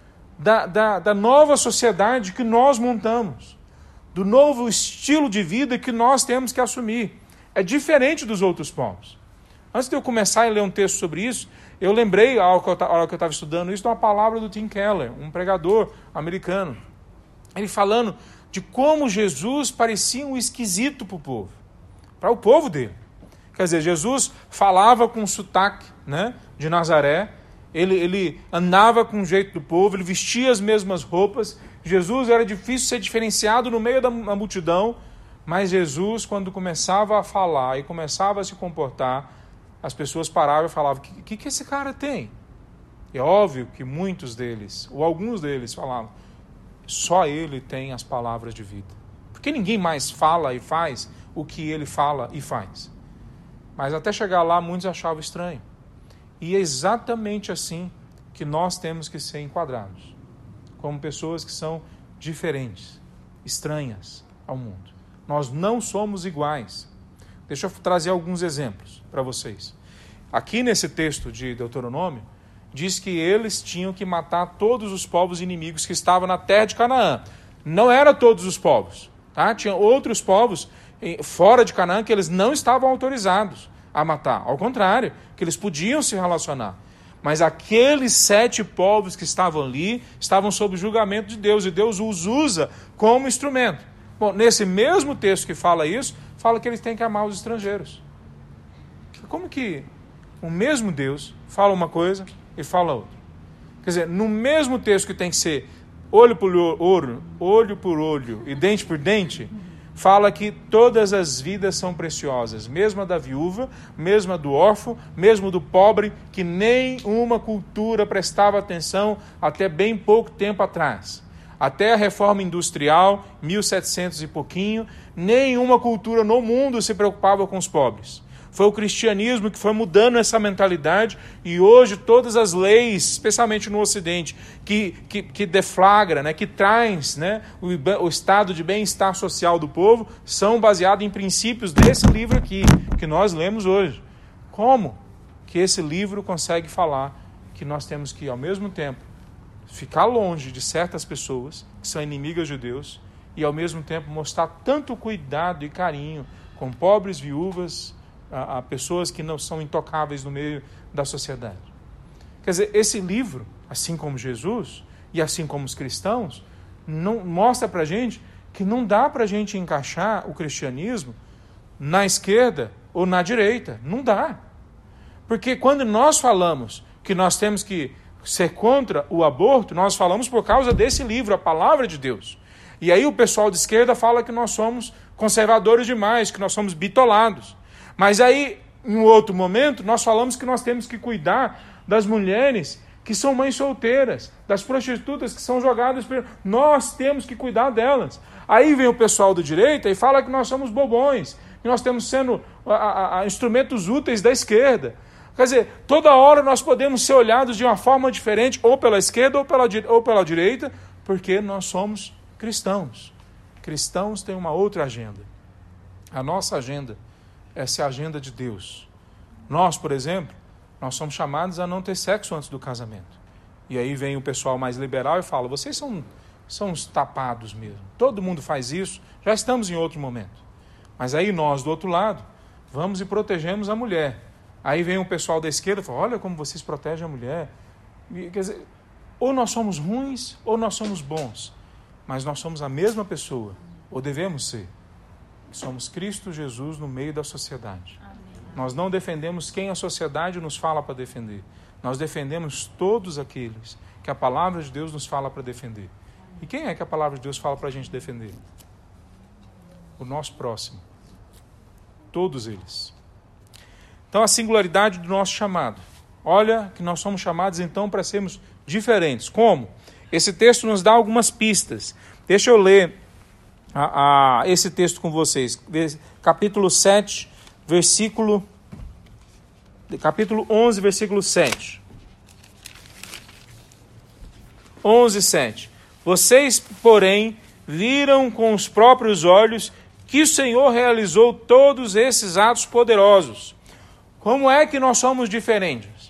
S1: da nova sociedade que nós montamos, do novo estilo de vida que nós temos que assumir. É diferente dos outros povos. Antes de eu começar a ler um texto sobre isso, eu lembrei, a hora que eu estava estudando isso, de uma palavra do Tim Keller, um pregador americano. Ele falando de como Jesus parecia um esquisito para o povo, para o povo dele. Quer dizer, Jesus falava com sotaque, né, de Nazaré, ele andava com o jeito do povo, ele vestia as mesmas roupas. Jesus era difícil ser diferenciado no meio da multidão, mas Jesus, quando começava a falar e começava a se comportar, as pessoas paravam e falavam: o que esse cara tem? É óbvio que muitos deles, ou alguns deles, falavam: só ele tem as palavras de vida. Porque ninguém mais fala e faz o que ele fala e faz. Mas até chegar lá, muitos achavam estranho. E é exatamente assim que nós temos que ser enquadrados, como pessoas que são diferentes, estranhas ao mundo. Nós não somos iguais. Deixa eu trazer alguns exemplos para vocês. Aqui nesse texto de Deuteronômio, diz que eles tinham que matar todos os povos inimigos que estavam na terra de Canaã. Não eram todos os povos, tá? Tinha outros povos fora de Canaã que eles não estavam autorizados a matar. Ao contrário, que eles podiam se relacionar. Mas aqueles 7 povos que estavam ali estavam sob o julgamento de Deus, e Deus os usa como instrumento. Bom, nesse mesmo texto que fala isso, fala que eles têm que amar os estrangeiros. Como que o mesmo Deus fala uma coisa e fala outra? Quer dizer, no mesmo texto que tem que ser olho por olho e dente por dente, fala que todas as vidas são preciosas, mesmo a da viúva, mesmo a do órfão, mesmo do pobre, que nenhuma cultura prestava atenção até bem pouco tempo atrás. Até a reforma industrial, 1700 e pouquinho, nenhuma cultura no mundo se preocupava com os pobres. Foi o cristianismo que foi mudando essa mentalidade, e hoje todas as leis, especialmente no Ocidente, que deflagra, né, que traz, né, o estado de bem-estar social do povo, são baseados em princípios desse livro aqui, que nós lemos hoje. Como que esse livro consegue falar que nós temos que, ao mesmo tempo, ficar longe de certas pessoas que são inimigas de Deus, e ao mesmo tempo mostrar tanto cuidado e carinho com pobres, viúvas, a pessoas que não são intocáveis no meio da sociedade? Quer dizer, esse livro, assim como Jesus e assim como os cristãos, não mostra para a gente que não dá para a gente encaixar o cristianismo na esquerda ou na direita. Não dá. Porque quando nós falamos que nós temos que ser contra o aborto, nós falamos por causa desse livro, a palavra de Deus. E aí o pessoal de esquerda fala que nós somos conservadores demais, que nós somos bitolados. Mas aí, em um outro momento, nós falamos que nós temos que cuidar das mulheres que são mães solteiras, das prostitutas que são jogadas por... Nós temos que cuidar delas. Aí vem o pessoal da direita e fala que nós somos bobões, que nós temos sendo instrumentos úteis da esquerda. Quer dizer, toda hora nós podemos ser olhados de uma forma diferente, ou pela esquerda ou pela direita, porque nós somos cristãos. Cristãos têm uma outra agenda. A nossa agenda, essa é a agenda de Deus. Nós, por exemplo, nós somos chamados a não ter sexo antes do casamento. E aí vem o pessoal mais liberal e fala: vocês são uns tapados mesmo. Todo mundo faz isso, já estamos em outro momento. Mas aí nós, do outro lado, vamos e protegemos a mulher. Aí vem o pessoal da esquerda e fala: olha como vocês protegem a mulher. Quer dizer, ou nós somos ruins ou nós somos bons. Mas nós somos a mesma pessoa, ou devemos ser. Somos Cristo Jesus no meio da sociedade. Amém. Nós não defendemos quem a sociedade nos fala para defender. Nós defendemos todos aqueles que a palavra de Deus nos fala para defender. E quem é que a palavra de Deus fala para a gente defender? o nosso próximo. Todos eles. Então, a singularidade do nosso chamado. Olha que nós somos chamados, então, para sermos diferentes. Como? Esse texto nos dá algumas pistas. Deixa eu ler esse texto com vocês. Capítulo 7, capítulo 11, versículo 7. 11:7. Vocês, porém, viram com os próprios olhos que o Senhor realizou todos esses atos poderosos. Como é que nós somos diferentes?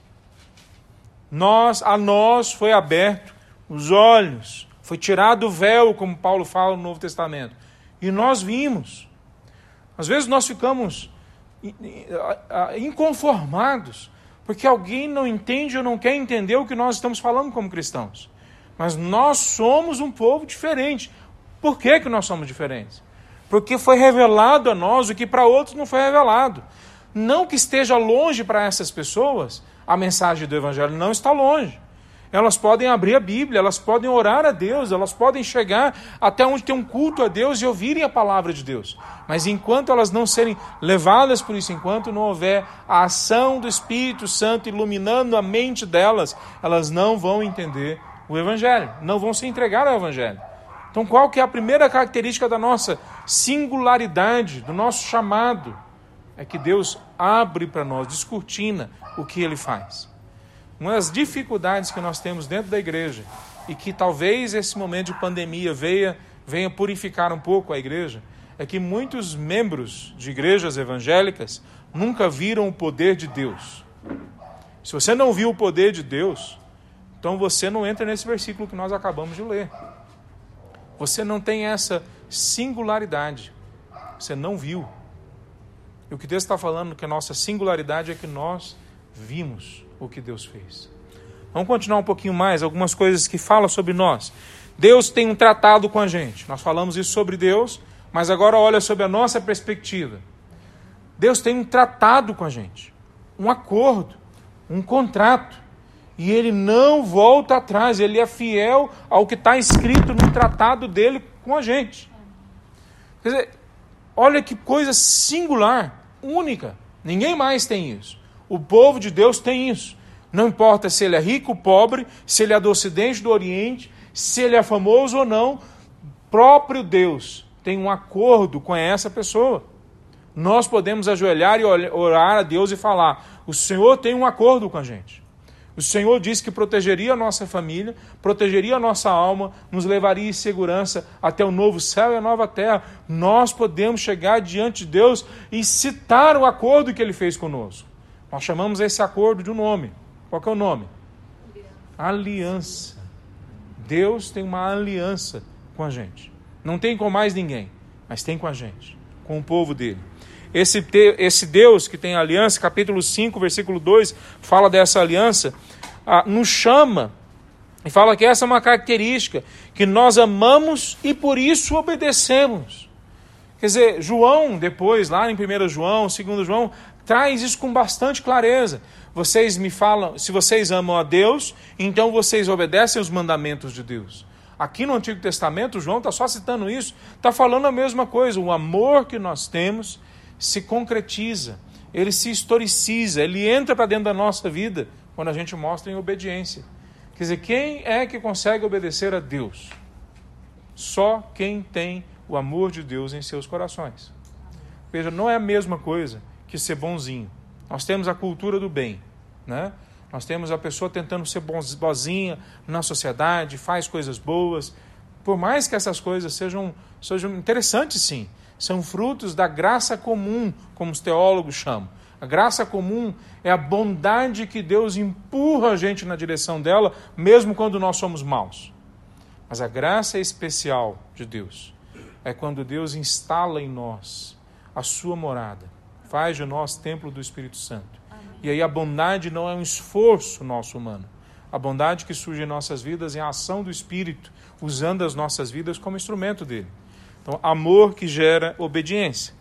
S1: A nós foi aberto os olhos, foi tirado o véu, como Paulo fala no Novo Testamento, e nós vimos. Às vezes nós ficamos inconformados, porque alguém não entende ou não quer entender o que nós estamos falando como cristãos. Mas nós somos um povo diferente. Por que nós somos diferentes? Porque foi revelado a nós o que para outros não foi revelado. Não que esteja longe para essas pessoas a mensagem do Evangelho, não está longe. Elas podem abrir a Bíblia, elas podem orar a Deus, elas podem chegar até onde tem um culto a Deus e ouvirem a palavra de Deus. Mas enquanto elas não serem levadas por isso, enquanto não houver a ação do Espírito Santo iluminando a mente delas, elas não vão entender o Evangelho, não vão se entregar ao Evangelho. Então, qual que é a primeira característica da nossa singularidade, do nosso chamado? É que Deus abre para nós, descortina o que Ele faz. Uma das dificuldades que nós temos dentro da igreja, e que talvez esse momento de pandemia venha purificar um pouco a igreja, é que muitos membros de igrejas evangélicas nunca viram o poder de Deus. Se você não viu o poder de Deus, então você não entra nesse versículo que nós acabamos de ler. Você não tem essa singularidade. Você não viu. E o que Deus está falando, que a nossa singularidade é que nós vimos o que Deus fez. Vamos continuar um pouquinho mais, algumas coisas que falam sobre nós. Deus tem um tratado com a gente. Nós falamos isso sobre Deus, mas agora olha sobre a nossa perspectiva. Deus tem um tratado com a gente. Um acordo, um contrato. E Ele não volta atrás, Ele é fiel ao que está escrito no tratado dele com a gente. Quer dizer, olha que coisa singular, única. Ninguém mais tem isso. O povo de Deus tem isso. Não importa se ele é rico ou pobre, se ele é do Ocidente, do Oriente, se ele é famoso ou não, próprio Deus tem um acordo com essa pessoa. Nós podemos ajoelhar e orar a Deus e falar: o Senhor tem um acordo com a gente. O Senhor disse que protegeria a nossa família, protegeria a nossa alma, nos levaria em segurança até o novo céu e a nova terra. Nós podemos chegar diante de Deus e citar o acordo que Ele fez conosco. Nós chamamos esse acordo de um nome. Qual que é o nome? Aliança. Deus tem uma aliança com a gente. Não tem com mais ninguém, mas tem com a gente, com o povo dele. Esse Deus que tem aliança, capítulo 5, versículo 2, fala dessa aliança, nos chama e fala que essa é uma característica, que nós amamos e por isso obedecemos. Quer dizer, João, depois, lá em 1 João, 2 João, traz isso com bastante clareza. Vocês me falam, se vocês amam a Deus, então vocês obedecem os mandamentos de Deus. Aqui no Antigo Testamento, João está só citando isso, está falando a mesma coisa. O amor que nós temos se concretiza, ele se historiciza, ele entra para dentro da nossa vida quando a gente mostra em obediência. Quer dizer, quem é que consegue obedecer a Deus? Só quem tem o amor de Deus em seus corações. Veja, não é a mesma coisa que ser bonzinho. Nós temos a cultura do bem, né? Nós temos a pessoa tentando ser boazinha na sociedade, faz coisas boas. Por mais que essas coisas sejam interessantes, sim, são frutos da graça comum, como os teólogos chamam. A graça comum é a bondade que Deus empurra a gente na direção dela, mesmo quando nós somos maus. Mas a graça especial de Deus é quando Deus instala em nós a sua morada, faz de nós templo do Espírito Santo. Amém. E aí a bondade não é um esforço nosso humano. A bondade que surge em nossas vidas é a ação do Espírito, usando as nossas vidas como instrumento dele. Então, amor que gera obediência.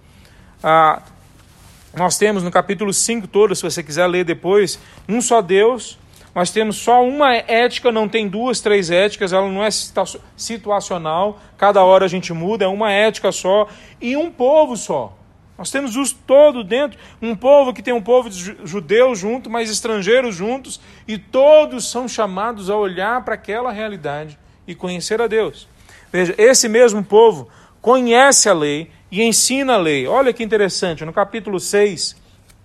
S1: Nós temos no capítulo 5 todo, se você quiser ler depois, um só Deus, Nós temos só uma ética, não tem duas, três éticas, ela não é situacional, cada hora a gente muda, é uma ética só e um povo só. Nós temos os todo dentro, um povo que tem um povo de judeus junto, mas estrangeiros juntos, e todos são chamados a olhar para aquela realidade e conhecer a Deus. Veja, esse mesmo povo conhece a lei e ensina a lei. Olha que interessante, no capítulo 6,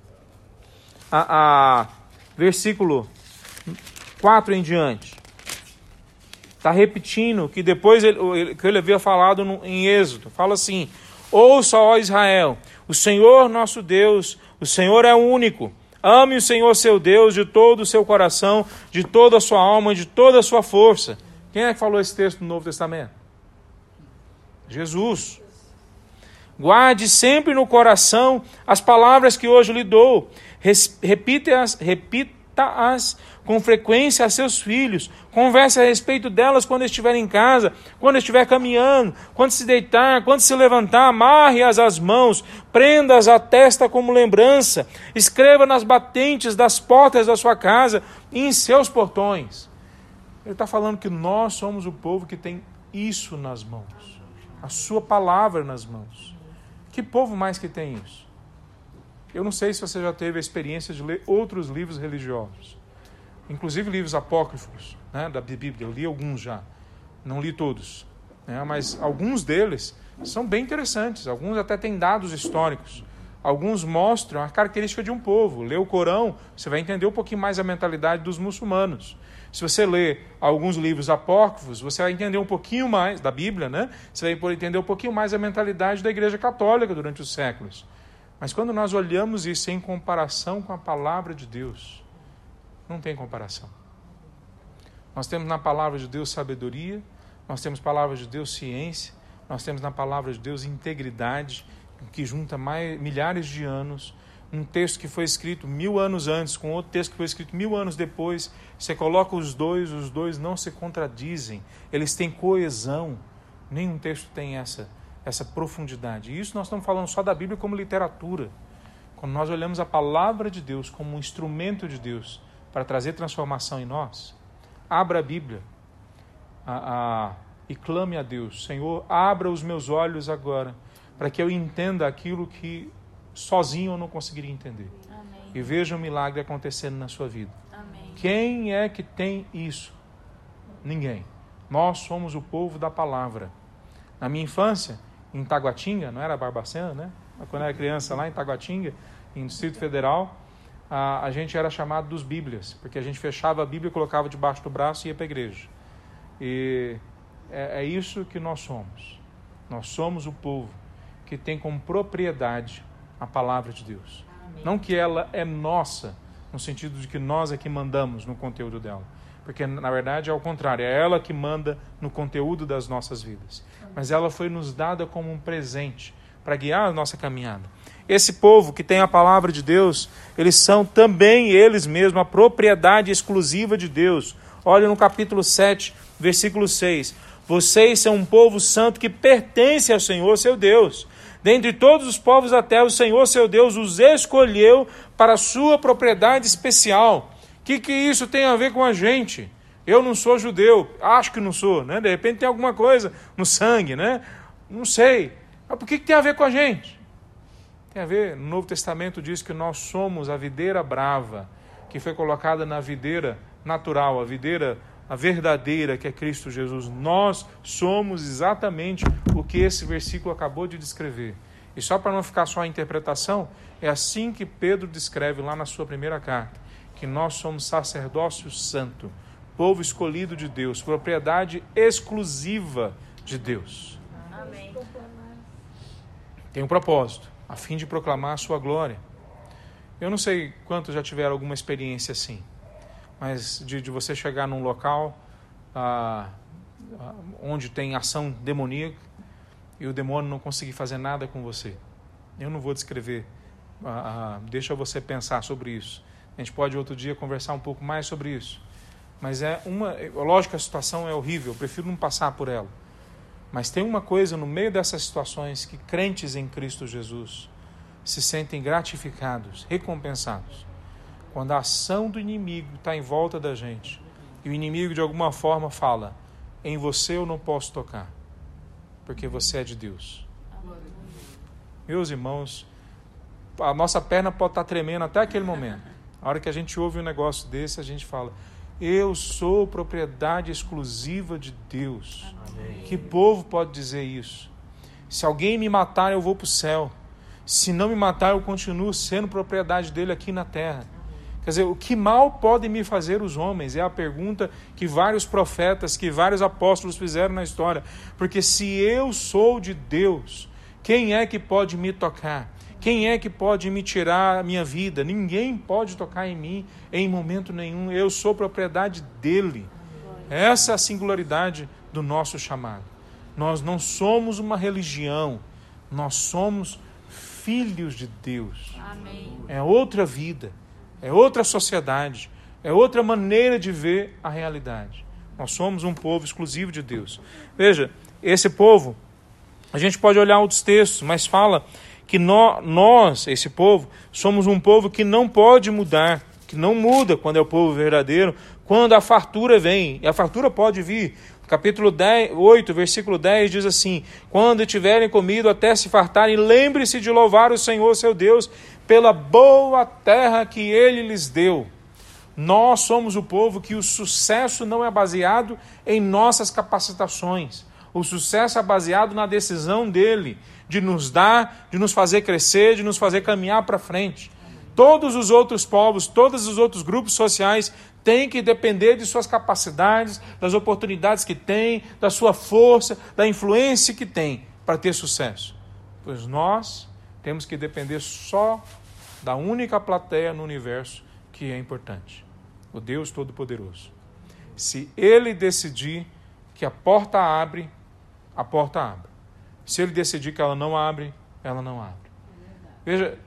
S1: versículo 4 em diante, está repetindo que depois que ele havia falado em Êxodo. Fala assim: ouça, ó Israel, o Senhor nosso Deus, o Senhor é único. Ame o Senhor seu Deus de todo o seu coração, de toda a sua alma, de toda a sua força. Quem é que falou esse texto no Novo Testamento? Jesus. Guarde sempre no coração as palavras que hoje lhe dou. Repita-as com frequência a seus filhos. Converse a respeito delas quando estiver em casa, quando estiver caminhando, quando se deitar, quando se levantar. Amarre-as às mãos, prenda-as à testa como lembrança. Escreva nas batentes das portas da sua casa e em seus portões. Ele está falando que nós somos o povo que tem isso nas mãos. A sua palavra nas mãos. Que povo mais que tem isso? Eu não sei se você já teve a experiência de ler outros livros religiosos. Inclusive livros apócrifos, né, da Bíblia. Eu li alguns já. Não li todos. Né, mas alguns deles são bem interessantes. Alguns até têm dados históricos. Alguns mostram a característica de um povo. Lê o Corão, você vai entender um pouquinho mais a mentalidade dos muçulmanos. Se você lê alguns livros apócrifos, você vai entender um pouquinho mais da Bíblia, né? Você vai entender um pouquinho mais a mentalidade da Igreja Católica durante os séculos. Mas quando nós olhamos isso em comparação com a palavra de Deus, não tem comparação. Nós temos na palavra de Deus sabedoria, nós temos na palavra de Deus ciência, nós temos na palavra de Deus integridade, que junta milhares de anos. Um texto que foi escrito 1000 anos antes, com outro texto que foi escrito 1000 anos depois, você coloca os dois não se contradizem, eles têm coesão. Nenhum texto tem essa profundidade. E isso nós estamos falando só da Bíblia como literatura. Quando nós olhamos a palavra de Deus como um instrumento de Deus para trazer transformação em nós, abra a Bíblia e clame a Deus: Senhor, abra os meus olhos agora, para que eu entenda aquilo que sozinho eu não conseguiria entender.
S2: Amém.
S1: E veja um milagre acontecendo na sua vida.
S2: Amém.
S1: Quem é que tem isso? Ninguém. Nós somos o povo da palavra. Na minha infância, em Taguatinga, não era Barbacena, né? Quando eu era criança lá em Taguatinga, em Distrito Federal, a gente era chamado dos Bíblias, porque a gente fechava a Bíblia, colocava debaixo do braço e ia para a igreja. E é isso que nós somos. Nós somos o povo que tem como propriedade a palavra de Deus.
S2: Amém.
S1: Não que ela é nossa, no sentido de que nós é que mandamos no conteúdo dela. Porque, na verdade, é ao contrário. É ela que manda no conteúdo das nossas vidas. Mas ela foi nos dada como um presente para guiar a nossa caminhada. Esse povo que tem a palavra de Deus, eles são também, eles mesmos, a propriedade exclusiva de Deus. Olha no capítulo 7, versículo 6. Vocês são um povo santo que pertence ao Senhor, seu Deus. Dentre todos os povos da terra, o Senhor, seu Deus, os escolheu para a sua propriedade especial. O que isso tem a ver com a gente? Eu não sou judeu, acho que não sou, né? De repente tem alguma coisa no sangue, né? Não sei. Mas por que tem a ver com a gente? Tem a ver, no Novo Testamento diz que nós somos a videira brava, que foi colocada na videira natural, a verdadeira, que é Cristo Jesus. Nós somos exatamente o que esse versículo acabou de descrever. E só para não ficar só a interpretação, é assim que Pedro descreve lá na sua primeira carta, que nós somos sacerdócio santo, povo escolhido de Deus, propriedade exclusiva de Deus.
S2: Amém.
S1: Tem um propósito, a fim de proclamar a sua glória. Eu não sei quantos já tiveram alguma experiência assim, mas de você chegar num local onde tem ação demoníaca e o demônio não conseguir fazer nada com você. Eu não vou descrever, deixa você pensar sobre isso. A gente pode outro dia conversar um pouco mais sobre isso. Mas lógico que a situação é horrível, eu prefiro não passar por ela. Mas tem uma coisa no meio dessas situações que crentes em Cristo Jesus se sentem gratificados, recompensados. quando a ação do inimigo está em volta da gente, e o inimigo de alguma forma fala, em você eu não posso tocar, porque você é de Deus. Meus irmãos, a nossa perna pode estar tremendo até aquele momento. A hora que a gente ouve um negócio desse, a gente fala, eu sou propriedade exclusiva de Deus. Amém. Que povo pode dizer isso? Se alguém me matar, eu vou para o céu. Se não me matar, eu continuo sendo propriedade dele aqui na terra. Quer dizer, o que mal podem me fazer os homens? É a pergunta que vários profetas, que vários apóstolos fizeram na história. Porque se eu sou de Deus, quem é que pode me tocar? Quem é que pode me tirar a minha vida? Ninguém pode tocar em mim em momento nenhum. Eu sou propriedade dele. Essa é a singularidade do nosso chamado. Nós não somos uma religião. Nós somos filhos de Deus. Amém. É outra vida. É outra sociedade. É outra maneira de ver a realidade. Nós somos um povo exclusivo de Deus. Veja, esse povo, a gente pode olhar outros textos, mas fala que nós, esse povo, somos um povo que não pode mudar, que não muda quando é o povo verdadeiro, quando a fartura vem, e a fartura pode vir. Capítulo 8, versículo 10 diz assim, quando tiverem comido até se fartarem, lembre-se de louvar o Senhor seu Deus pela boa terra que Ele lhes deu. Nós somos o povo que o sucesso não é baseado em nossas capacitações. O sucesso é baseado na decisão dele, de nos dar, de nos fazer crescer, de nos fazer caminhar para frente. Todos os outros povos, todos os outros grupos sociais têm que depender de suas capacidades, das oportunidades que têm, da sua força, da influência que tem para ter sucesso. Pois nós temos que depender só da única plateia no universo que é importante, o Deus Todo-Poderoso. Se Ele decidir que a porta abre, a porta abre. Se Ele decidir que ela não abre, ela não abre. Veja,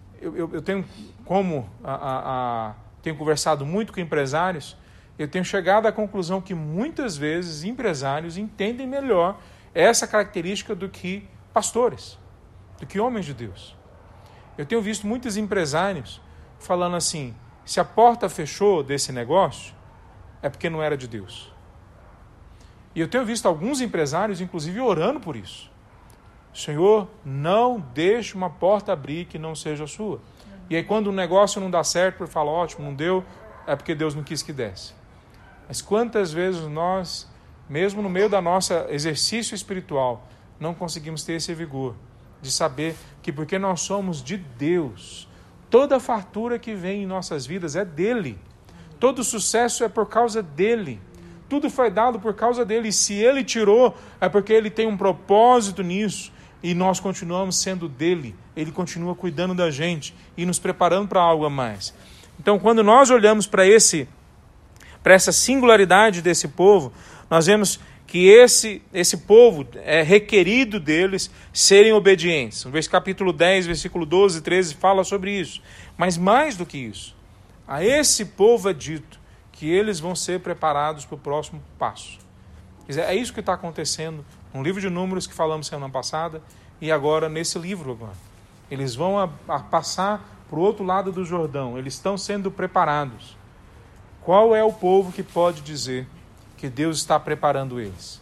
S1: eu tenho, como tenho conversado muito com empresários, eu tenho chegado à conclusão que muitas vezes empresários entendem melhor essa característica do que pastores, do que homens de Deus. Eu tenho visto muitos empresários falando assim, se a porta fechou desse negócio, é porque não era de Deus. E eu tenho visto alguns empresários, inclusive, orando por isso. Senhor, não deixe uma porta abrir que não seja a sua. E aí quando o negócio não dá certo, ele fala, ótimo, não deu, é porque Deus não quis que desse. Mas quantas vezes nós, mesmo no meio da nossa exercício espiritual, não conseguimos ter esse vigor de saber que porque nós somos de Deus, toda a fartura que vem em nossas vidas é dele. Todo sucesso é por causa dele. Tudo foi dado por causa dele. E se ele tirou, é porque ele tem um propósito nisso. E nós continuamos sendo dele. Ele continua cuidando da gente e nos preparando para algo a mais. Então, quando nós olhamos para essa singularidade desse povo, nós vemos que esse povo é requerido deles serem obedientes. No capítulo 10, versículo 12 e 13 fala sobre isso. Mas mais do que isso, a esse povo é dito que eles vão ser preparados para o próximo passo. Quer dizer, é isso que está acontecendo no livro de Números que falamos semana passada e agora nesse livro agora. Eles vão a passar para o outro lado do Jordão. Eles estão sendo preparados. Qual é o povo que pode dizer que Deus está preparando eles?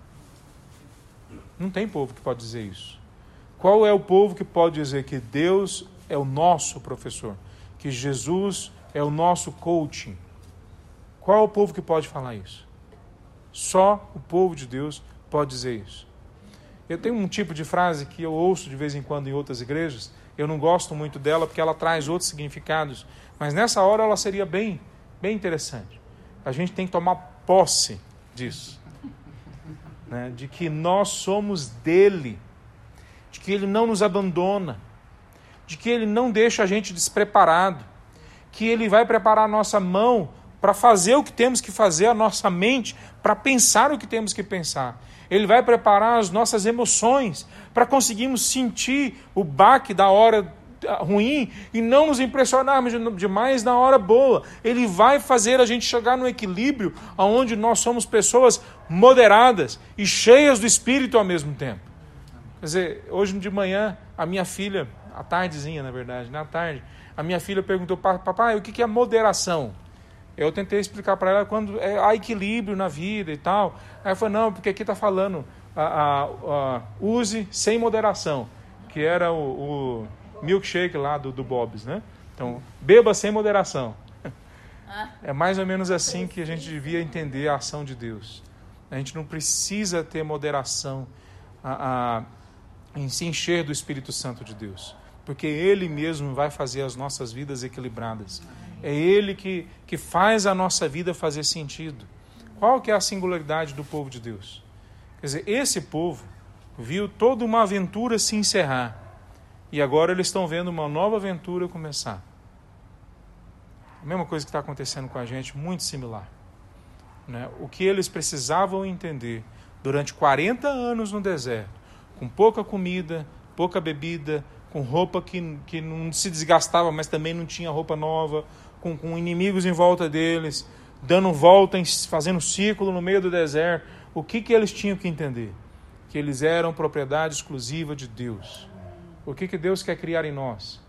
S1: Não tem povo que pode dizer isso. Qual é o povo que pode dizer que Deus é o nosso professor? Que Jesus é o nosso coaching? Qual é o povo que pode falar isso? Só o povo de Deus pode dizer isso. Eu tenho um tipo de frase que eu ouço de vez em quando em outras igrejas. Eu não gosto muito dela porque ela traz outros significados. Mas nessa hora ela seria bem interessante. A gente tem que tomar posse disso. Né? De que nós somos dele. De que ele não nos abandona. De que ele não deixa a gente despreparado. Que ele vai preparar a nossa mão para fazer o que temos que fazer, a nossa mente para pensar o que temos que pensar. Ele vai preparar as nossas emoções para conseguirmos sentir o baque da hora ruim e não nos impressionarmos demais na hora boa. Ele vai fazer a gente chegar no equilíbrio onde nós somos pessoas moderadas e cheias do Espírito ao mesmo tempo. Quer dizer, hoje de manhã a minha filha à tardezinha, na verdade, na tarde, a minha filha perguntou, papai, o que é moderação? Eu tentei explicar para ela quando há equilíbrio na vida e tal. Aí ela falou, não, porque aqui está falando, use sem moderação, que era o milkshake lá do Bob's, né? Então, beba sem moderação. É mais ou menos assim que a gente devia entender a ação de Deus. A gente não precisa ter moderação em se encher do Espírito Santo de Deus, porque Ele mesmo vai fazer as nossas vidas equilibradas. É Ele que faz a nossa vida fazer sentido. Qual que é a singularidade do povo de Deus? Quer dizer, esse povo viu toda uma aventura se encerrar e agora eles estão vendo uma nova aventura começar. A mesma coisa que está acontecendo com a gente, muito similar. Né? O que eles precisavam entender durante 40 anos no deserto, com pouca comida, pouca bebida, com roupa que não se desgastava, mas também não tinha roupa nova, com inimigos em volta deles, dando volta, fazendo círculo no meio do deserto. O que eles tinham que entender? Que eles eram propriedade exclusiva de Deus. O que Deus quer criar em nós?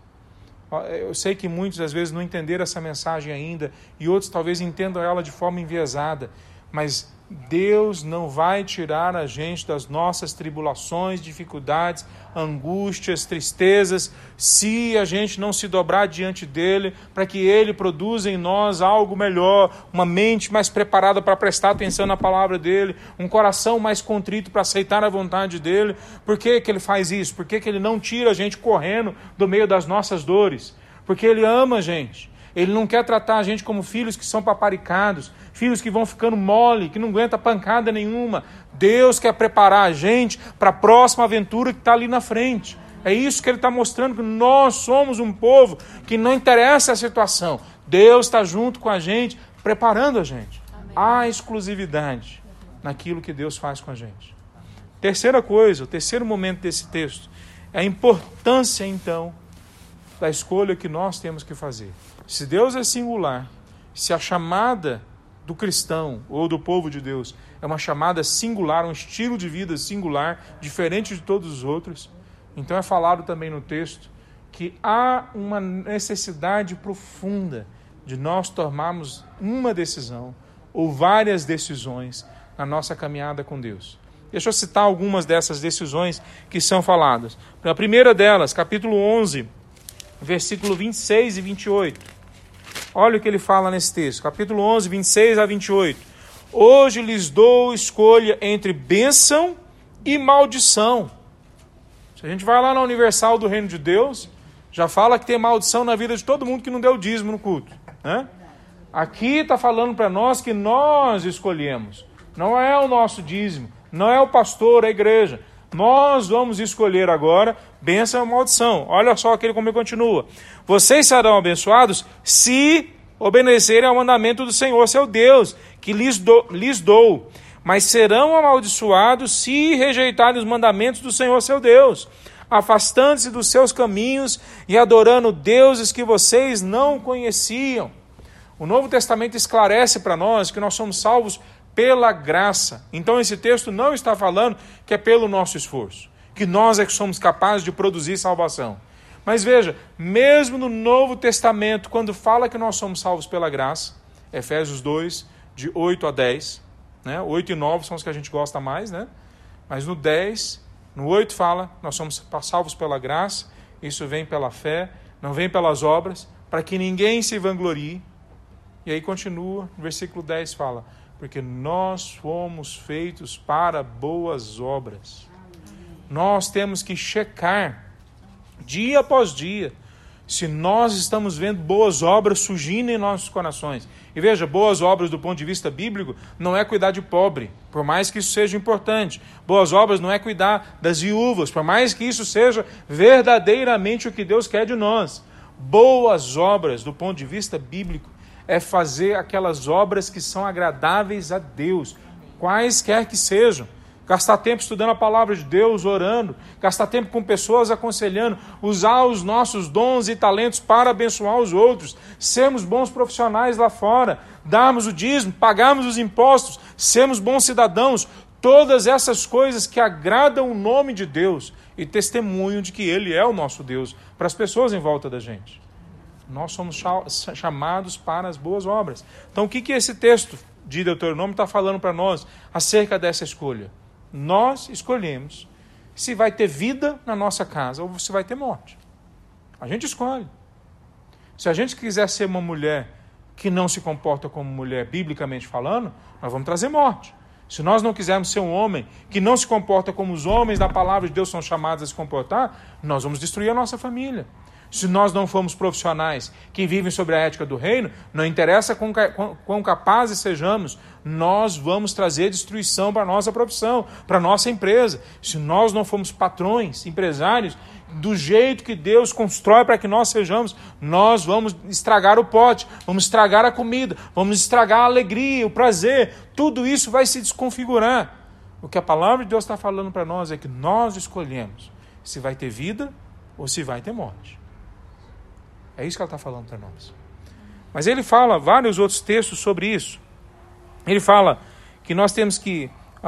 S1: Eu sei que muitos às vezes não entenderam essa mensagem ainda e outros talvez entendam ela de forma enviesada, mas Deus não vai tirar a gente das nossas tribulações, dificuldades, angústias, tristezas, se a gente não se dobrar diante dEle, para que Ele produza em nós algo melhor, uma mente mais preparada para prestar atenção na palavra dEle, um coração mais contrito para aceitar a vontade dEle. Por que Ele faz isso? Por que Ele não tira a gente correndo do meio das nossas dores? Porque Ele ama a gente. Ele não quer tratar a gente como filhos que são paparicados, filhos que vão ficando mole, que não aguenta pancada nenhuma. Deus quer preparar a gente para a próxima aventura que está ali na frente. É isso que Ele está mostrando, que nós somos um povo que não interessa a situação. Deus está junto com a gente, preparando a gente. Amém. Há exclusividade naquilo que Deus faz com a gente. Terceira coisa, o terceiro momento desse texto, é a importância, então, da escolha que nós temos que fazer. Se Deus é singular, se a chamada do cristão ou do povo de Deus é uma chamada singular, um estilo de vida singular, diferente de todos os outros, então é falado também no texto que há uma necessidade profunda de nós tomarmos uma decisão ou várias decisões na nossa caminhada com Deus. Deixa eu citar algumas dessas decisões que são faladas. A primeira delas, capítulo 11, versículo 26 e 28. Olha o que ele fala nesse texto, capítulo 11, 26 a 28. Hoje lhes dou escolha entre bênção e maldição. Se a gente vai lá na Universal do Reino de Deus, já fala que tem maldição na vida de todo mundo que não deu dízimo no culto, né? Aqui está falando para nós que nós escolhemos. Não é o nosso dízimo, não é o pastor, a igreja. Nós vamos escolher agora bênção ou maldição. Olha só como ele continua. Vocês serão abençoados se obedecerem ao mandamento do Senhor, seu Deus, que lhes dou. Mas serão amaldiçoados se rejeitarem os mandamentos do Senhor, seu Deus, afastando-se dos seus caminhos e adorando deuses que vocês não conheciam. O Novo Testamento esclarece para nós que nós somos salvos pela graça. Então esse texto não está falando que é pelo nosso esforço, que nós é que somos capazes de produzir salvação. Mas veja, mesmo no Novo Testamento, quando fala que nós somos salvos pela graça, Efésios 2, de 8 a 10, né? 8 e 9 são os que a gente gosta mais, né? Mas no 10, no 8 fala, nós somos salvos pela graça, isso vem pela fé, não vem pelas obras, para que ninguém se vanglorie. E aí continua, no versículo 10 fala, porque nós fomos feitos para boas obras. Nós temos que checar, dia após dia, se nós estamos vendo boas obras surgindo em nossos corações. E veja, boas obras do ponto de vista bíblico não é cuidar de pobre, por mais que isso seja importante. Boas obras não é cuidar das viúvas, por mais que isso seja verdadeiramente o que Deus quer de nós. Boas obras do ponto de vista bíblico é fazer aquelas obras que são agradáveis a Deus, quaisquer que sejam. Gastar tempo estudando a palavra de Deus, orando, gastar tempo com pessoas aconselhando, usar os nossos dons e talentos para abençoar os outros, sermos bons profissionais lá fora, darmos o dízimo, pagarmos os impostos, sermos bons cidadãos. todas essas coisas que agradam o nome de Deus e testemunham de que Ele é o nosso Deus para as pessoas em volta da gente. Nós somos chamados para as boas obras. Então, o que esse texto de Deuteronômio está falando para nós acerca dessa escolha? Nós escolhemos se vai ter vida na nossa casa ou se vai ter morte. A gente escolhe. Se a gente quiser ser uma mulher que não se comporta como mulher, biblicamente falando, nós vamos trazer morte. Se nós não quisermos ser um homem que não se comporta como os homens da palavra de Deus são chamados a se comportar, nós vamos destruir a nossa família. Se nós não formos profissionais que vivem sobre a ética do reino, não interessa quão capazes sejamos, nós vamos trazer destruição para a nossa profissão, para a nossa empresa. Se nós não formos patrões, empresários, do jeito que Deus constrói para que nós sejamos, nós vamos estragar o pote, vamos estragar a comida, vamos estragar a alegria, o prazer, tudo isso vai se desconfigurar. O que a palavra de Deus está falando para nós é que nós escolhemos se vai ter vida ou se vai ter morte. É isso que ela está falando para nós. Mas ele fala vários outros textos sobre isso. Ele fala que nós temos que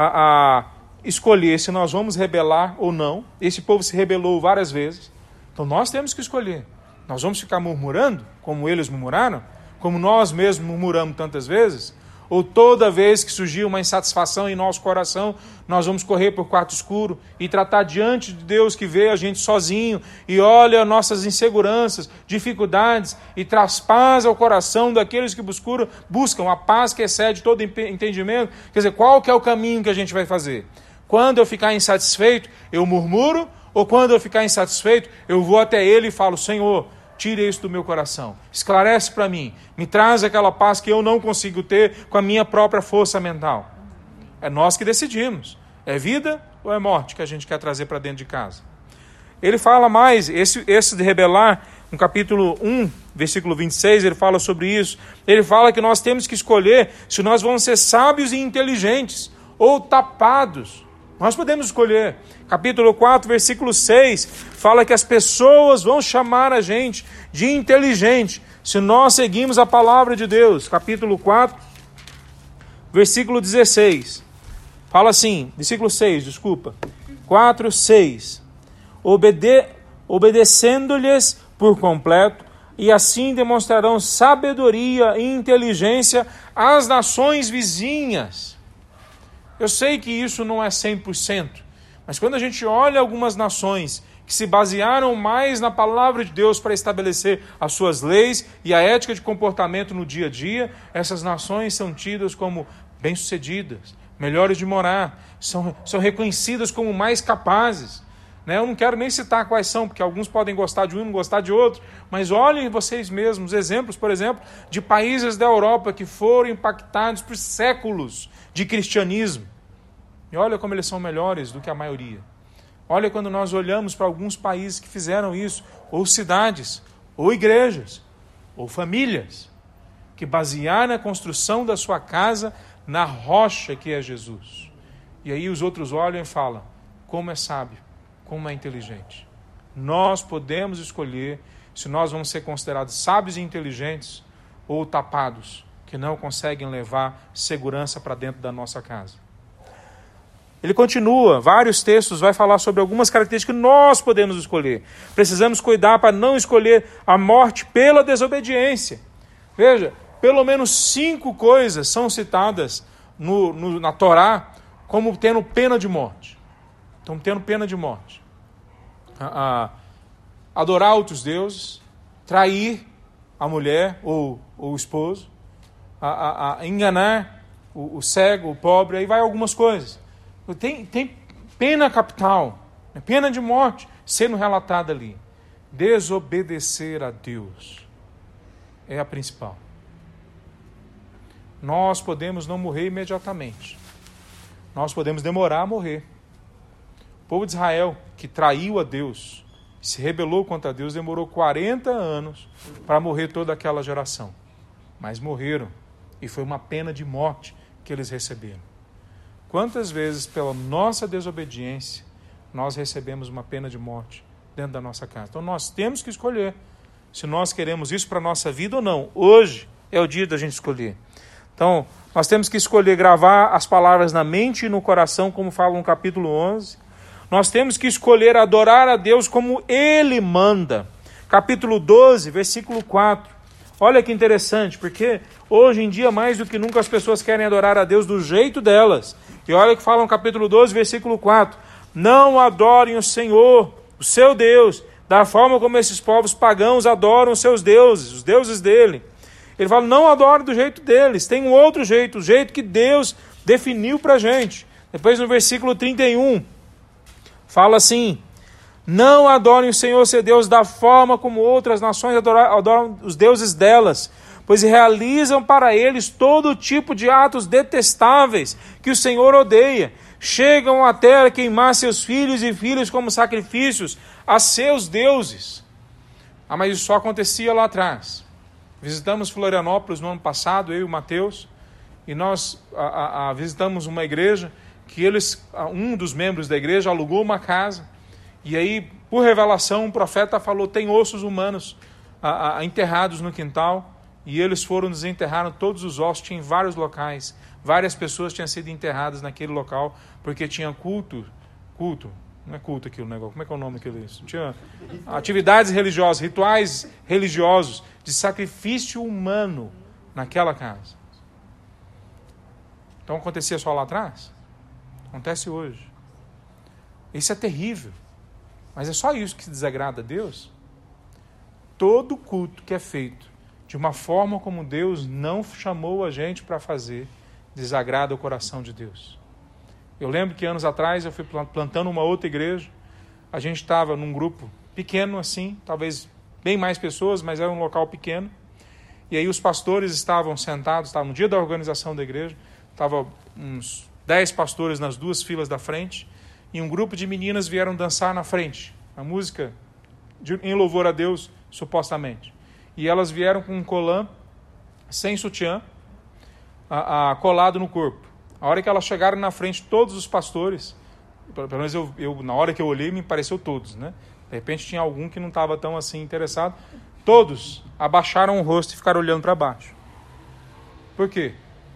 S1: escolher se nós vamos rebelar ou não. Esse povo se rebelou várias vezes. Então nós temos que escolher. Nós vamos ficar murmurando, como eles murmuraram, como nós mesmos murmuramos tantas vezes, ou toda vez que surgir uma insatisfação em nosso coração, nós vamos correr por quarto escuro e tratar diante de Deus que vê a gente sozinho e olha nossas inseguranças, dificuldades e traz paz ao coração daqueles que buscam a paz que excede todo entendimento. Quer dizer, qual que é o caminho que a gente vai fazer? Quando eu ficar insatisfeito, eu murmuro, ou quando eu ficar insatisfeito, eu vou até Ele e falo, Senhor, tire isso do meu coração, esclarece para mim, me traz aquela paz que eu não consigo ter com a minha própria força mental. É nós que decidimos, é vida ou é morte que a gente quer trazer para dentro de casa. Ele fala mais, esse de rebelar, no capítulo 1, versículo 26, ele fala sobre isso. Ele fala que nós temos que escolher se nós vamos ser sábios e inteligentes ou tapados. Nós podemos escolher. Capítulo 4, versículo 6, fala que as pessoas vão chamar a gente de inteligente se nós seguimos a palavra de Deus. Capítulo 4, versículo 16. Fala assim, versículo 6, desculpa. 4, 6. Obedecendo-lhes por completo, e assim demonstrarão sabedoria e inteligência às nações vizinhas. Eu sei que isso não é 100%, mas quando a gente olha algumas nações que se basearam mais na palavra de Deus para estabelecer as suas leis e a ética de comportamento no dia a dia, essas nações são tidas como bem-sucedidas, melhores de morar, são reconhecidas como mais capazes. Eu não quero nem citar quais são, porque alguns podem gostar de um e não gostar de outro, mas olhem vocês mesmos exemplos, por exemplo, de países da Europa que foram impactados por séculos de cristianismo. E olha como eles são melhores do que a maioria. Olha quando nós olhamos para alguns países que fizeram isso, ou cidades, ou igrejas, ou famílias, que basearam a construção da sua casa na rocha que é Jesus. E aí os outros olham e falam, como é sábio, como é inteligente. Nós podemos escolher se nós vamos ser considerados sábios e inteligentes ou tapados, que não conseguem levar segurança para dentro da nossa casa. Ele continua, vários textos vai falar sobre algumas características que nós podemos escolher. Precisamos cuidar para não escolher a morte pela desobediência. Veja, pelo menos 5 coisas são citadas na Torá como tendo pena de morte. Então, tendo pena de morte. Adorar outros deuses, trair a mulher ou o esposo, enganar o cego, o pobre, aí vai algumas coisas. Tem pena capital, pena de morte sendo relatada ali. Desobedecer a Deus é a principal. Nós podemos não morrer imediatamente. Nós podemos demorar a morrer. O povo de Israel, que traiu a Deus, se rebelou contra Deus, demorou 40 anos para morrer toda aquela geração. Mas morreram, e foi uma pena de morte que eles receberam. Quantas vezes, pela nossa desobediência, nós recebemos uma pena de morte dentro da nossa casa? Então nós temos que escolher se nós queremos isso para a nossa vida ou não. Hoje é o dia da gente escolher. Então, nós temos que escolher gravar as palavras na mente e no coração, como fala no capítulo 11. Nós temos que escolher adorar a Deus como Ele manda. Capítulo 12, versículo 4. Olha que interessante, porque hoje em dia, mais do que nunca, as pessoas querem adorar a Deus do jeito delas. E olha que fala no capítulo 12, versículo 4. Não adorem o Senhor, o seu Deus, da forma como esses povos pagãos adoram os seus deuses, os deuses dele. Ele fala, não adorem do jeito deles, tem um outro jeito, o jeito que Deus definiu para a gente. Depois no versículo 31, fala assim, não adorem o Senhor, seu Deus, da forma como outras nações adoram os deuses delas, pois realizam para eles todo tipo de atos detestáveis que o Senhor odeia. Chegam até a queimar seus filhos e filhas como sacrifícios a seus deuses. Ah, mas isso só acontecia lá atrás. Visitamos Florianópolis no ano passado, eu e o Mateus, e nós visitamos uma igreja que um dos membros da igreja alugou uma casa, e aí, por revelação, um profeta falou, tem ossos humanos enterrados no quintal, e eles foram desenterraram todos os ossos, tinha em vários locais, várias pessoas tinham sido enterradas naquele local, porque tinha culto, não é culto aquilo, negócio, como é que é o nome daquilo? Tinha atividades religiosas, rituais religiosos, de sacrifício humano naquela casa. Então acontecia só lá atrás? Acontece hoje. Isso é terrível. Mas é só isso que desagrada a Deus? Todo culto que é feito de uma forma como Deus não chamou a gente para fazer, desagrada o coração de Deus. Eu lembro que anos atrás eu fui plantando uma outra igreja, a gente estava num grupo pequeno assim, talvez bem mais pessoas, mas era um local pequeno, e aí os pastores estavam sentados, estavam no dia da organização da igreja, estavam uns 10 pastores nas duas filas da frente, e um grupo de meninas vieram dançar na frente, a música em louvor a Deus, supostamente. E elas vieram com um colã, sem sutiã, colado no corpo. A hora que elas chegaram na frente, todos os pastores, pelo menos eu na hora que eu olhei, me pareceu todos, né? De repente tinha algum que não estava tão assim interessado. Todos abaixaram o rosto e ficaram olhando para baixo. Por quê?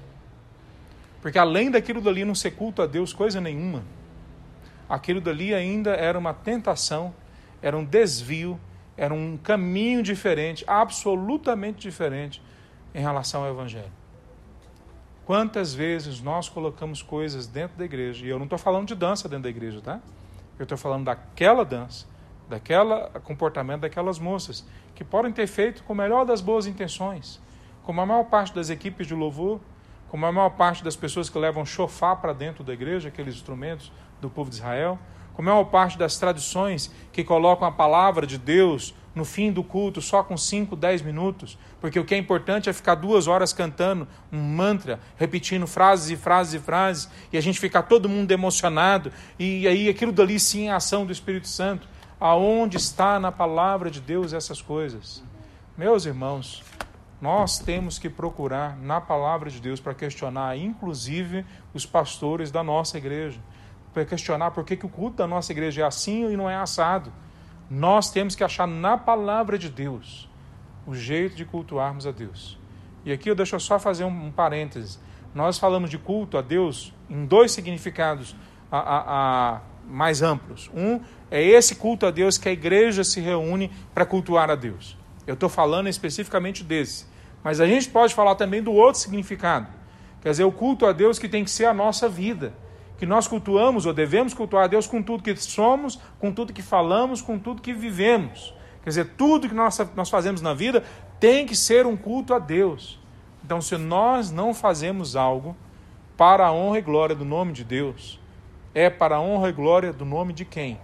S1: Porque além daquilo dali não ser culto a Deus coisa nenhuma, aquilo dali ainda era uma tentação, era um desvio, era um caminho diferente, absolutamente diferente em relação ao Evangelho. Quantas vezes nós colocamos coisas dentro da igreja, e eu não estou falando de dança dentro da igreja, tá? Eu estou falando daquela dança, daquele comportamento daquelas moças, que podem ter feito com a melhor das boas intenções, como a maior parte das equipes de louvor, como a maior parte das pessoas que levam chofar para dentro da igreja, aqueles instrumentos do povo de Israel, como a maior parte das tradições que colocam a palavra de Deus no fim do culto só com 5, 10 minutos, porque o que é importante é ficar 2 horas cantando um mantra, repetindo frases e frases e frases, e a gente ficar todo mundo emocionado, e aí aquilo dali sim é a ação do Espírito Santo. Aonde está na palavra de Deus essas coisas? Meus irmãos, nós temos que procurar na palavra de Deus para questionar, inclusive, os pastores da nossa igreja, para questionar por que o culto da nossa igreja é assim e não é assado. Nós temos que achar na palavra de Deus o jeito de cultuarmos a Deus. E aqui eu deixo só fazer um parêntese. Nós falamos de culto a Deus em 2 significados mais amplos. Um é esse culto a Deus que a igreja se reúne para cultuar a Deus. Eu estou falando especificamente desse. Mas a gente pode falar também do outro significado. Quer dizer, o culto a Deus que tem que ser a nossa vida. Que nós cultuamos ou devemos cultuar a Deus com tudo que somos, com tudo que falamos, com tudo que vivemos. Quer dizer, tudo que nós fazemos na vida tem que ser um culto a Deus. Então, se nós não fazemos algo para a honra e glória do nome de Deus, é para a honra e glória do nome de quem?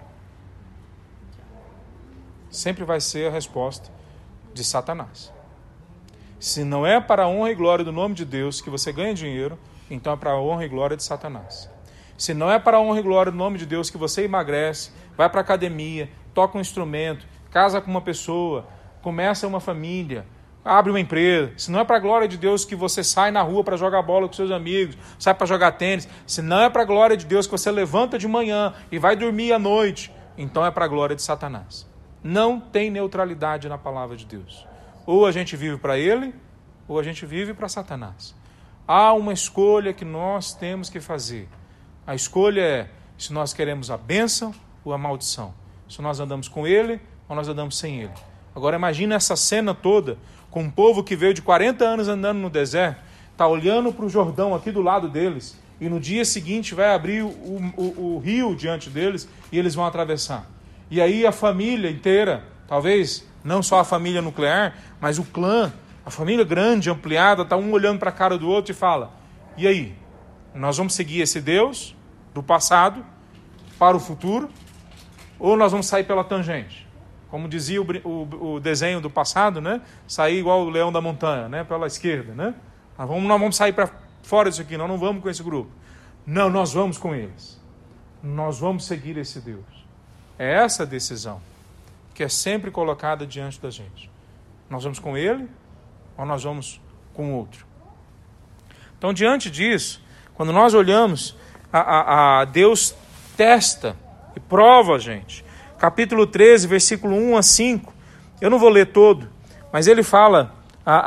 S1: Sempre vai ser a resposta de Satanás. Se não é para a honra e glória do nome de Deus que você ganha dinheiro, então é para a honra e glória de Satanás. Se não é para a honra e glória do nome de Deus que você emagrece, vai para a academia, toca um instrumento, casa com uma pessoa, começa uma família, abre uma empresa. Se não é para a glória de Deus que você sai na rua para jogar bola com seus amigos, sai para jogar tênis, se não é para a glória de Deus que você levanta de manhã e vai dormir à noite, então é para a glória de Satanás. Não tem neutralidade na palavra de Deus. Ou a gente vive para ele, ou a gente vive para Satanás. Há uma escolha que nós temos que fazer. A escolha é se nós queremos a bênção ou a maldição. Se nós andamos com Ele ou nós andamos sem Ele. Agora imagina essa cena toda com um povo que veio de 40 anos andando no deserto, está olhando para o Jordão aqui do lado deles, e no dia seguinte vai abrir o rio diante deles e eles vão atravessar. E aí a família inteira, talvez não só a família nuclear, mas o clã, a família grande, ampliada, está um olhando para a cara do outro e fala: e aí? Nós vamos seguir esse Deus do passado para o futuro? Ou nós vamos sair pela tangente? Como dizia o desenho do passado, né? Sair igual o leão da montanha, né? Pela esquerda, né? Nós vamos sair para fora disso aqui, nós não vamos com esse grupo. Não, nós vamos com eles. Nós vamos seguir esse Deus. É essa a decisão que é sempre colocada diante da gente. Nós vamos com ele ou nós vamos com o outro? Então, diante disso, quando nós olhamos, Deus testa e prova a gente. Capítulo 13, versículo 1 a 5. Eu não vou ler todo, mas ele fala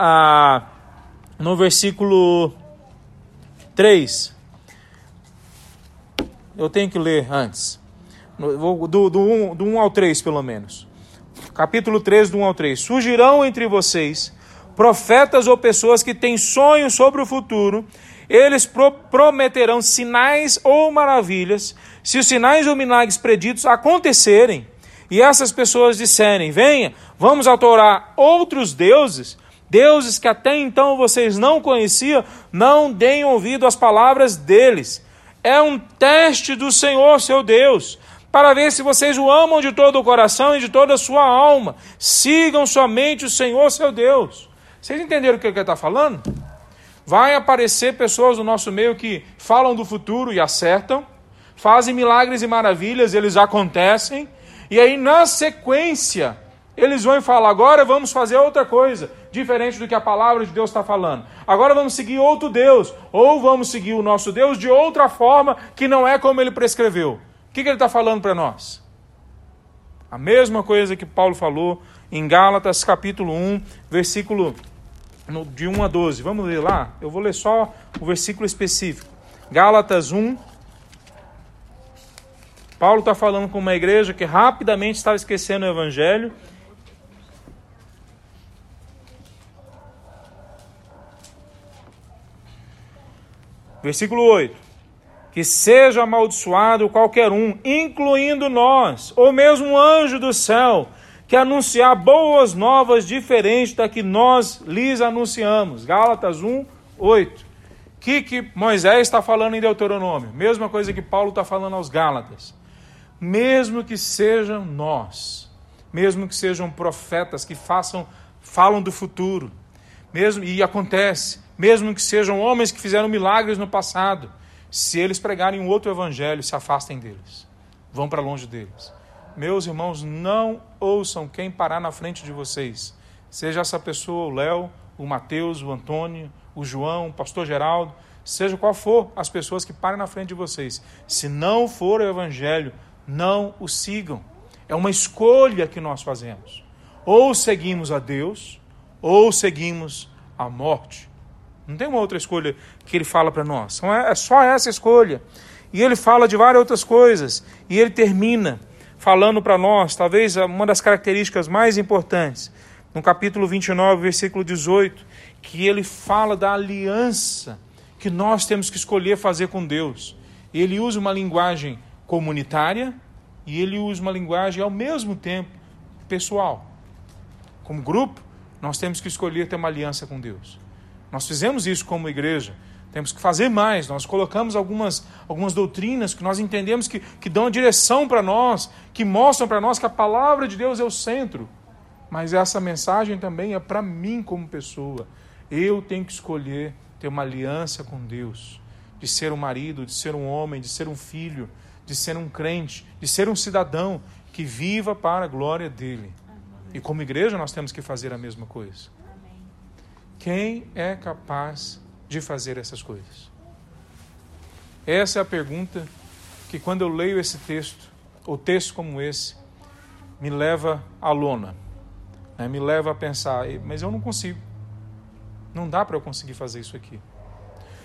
S1: no versículo 3. Eu tenho que ler antes. Do 1 ao 3, pelo menos. Capítulo 13, do 1 ao 3. Surgirão entre vocês profetas ou pessoas que têm sonhos sobre o futuro. Eles prometerão sinais ou maravilhas. Se os sinais ou milagres preditos acontecerem, e essas pessoas disserem: venha, vamos adorar outros deuses, deuses que até então vocês não conheciam, não deem ouvido às palavras deles. É um teste do Senhor, seu Deus, para ver se vocês o amam de todo o coração e de toda a sua alma. Sigam somente o Senhor, seu Deus. Vocês entenderam o que ele está falando? Vai aparecer pessoas no nosso meio que falam do futuro e acertam, fazem milagres e maravilhas, eles acontecem, e aí na sequência eles vão falar: agora vamos fazer outra coisa, diferente do que a palavra de Deus está falando. Agora vamos seguir outro Deus, ou vamos seguir o nosso Deus de outra forma, que não é como ele prescreveu. O que ele está falando para nós? A mesma coisa que Paulo falou em Gálatas capítulo 1, versículo de 1 a 12. Vamos ler lá? Eu vou ler só o versículo específico. Gálatas 1. Paulo está falando com uma igreja que rapidamente estava esquecendo o evangelho. Versículo 8. Que seja amaldiçoado qualquer um, incluindo nós, ou mesmo um anjo do céu, que anunciar boas novas diferentes da que nós lhes anunciamos. Gálatas 1, 8. O que Moisés está falando em Deuteronômio? Mesma coisa que Paulo está falando aos Gálatas. Mesmo que sejam nós, mesmo que sejam profetas que falam do futuro, e acontece, mesmo que sejam homens que fizeram milagres no passado, se eles pregarem um outro evangelho, se afastem deles, vão para longe deles. Meus irmãos, não ouçam quem parar na frente de vocês, seja essa pessoa o Léo, o Mateus, o Antônio, o João, o pastor Geraldo, seja qual for as pessoas que parem na frente de vocês. Se não for o evangelho, não o sigam. É uma escolha que nós fazemos. Ou seguimos a Deus, ou seguimos a morte. Não tem uma outra escolha que ele fala para nós. É só essa escolha. E ele fala de várias outras coisas. E ele termina falando para nós, talvez uma das características mais importantes, no capítulo 29, versículo 18, que ele fala da aliança que nós temos que escolher fazer com Deus. Ele usa uma linguagem comunitária e ele usa uma linguagem ao mesmo tempo pessoal. Como grupo, nós temos que escolher ter uma aliança com Deus. Nós fizemos isso como igreja. Temos que fazer mais. Nós colocamos algumas doutrinas que nós entendemos que dão a direção para nós, que mostram para nós que a palavra de Deus é o centro. Mas essa mensagem também é para mim como pessoa. Eu tenho que escolher ter uma aliança com Deus, de ser um marido, de ser um homem, de ser um filho, de ser um crente, de ser um cidadão que viva para a glória dele. E como igreja nós temos que fazer a mesma coisa. Quem é capaz de fazer essas coisas? Essa é a pergunta que, quando eu leio esse texto, ou texto como esse, me leva à lona, né? Me leva a pensar: mas eu não consigo. Não dá para eu conseguir fazer isso aqui.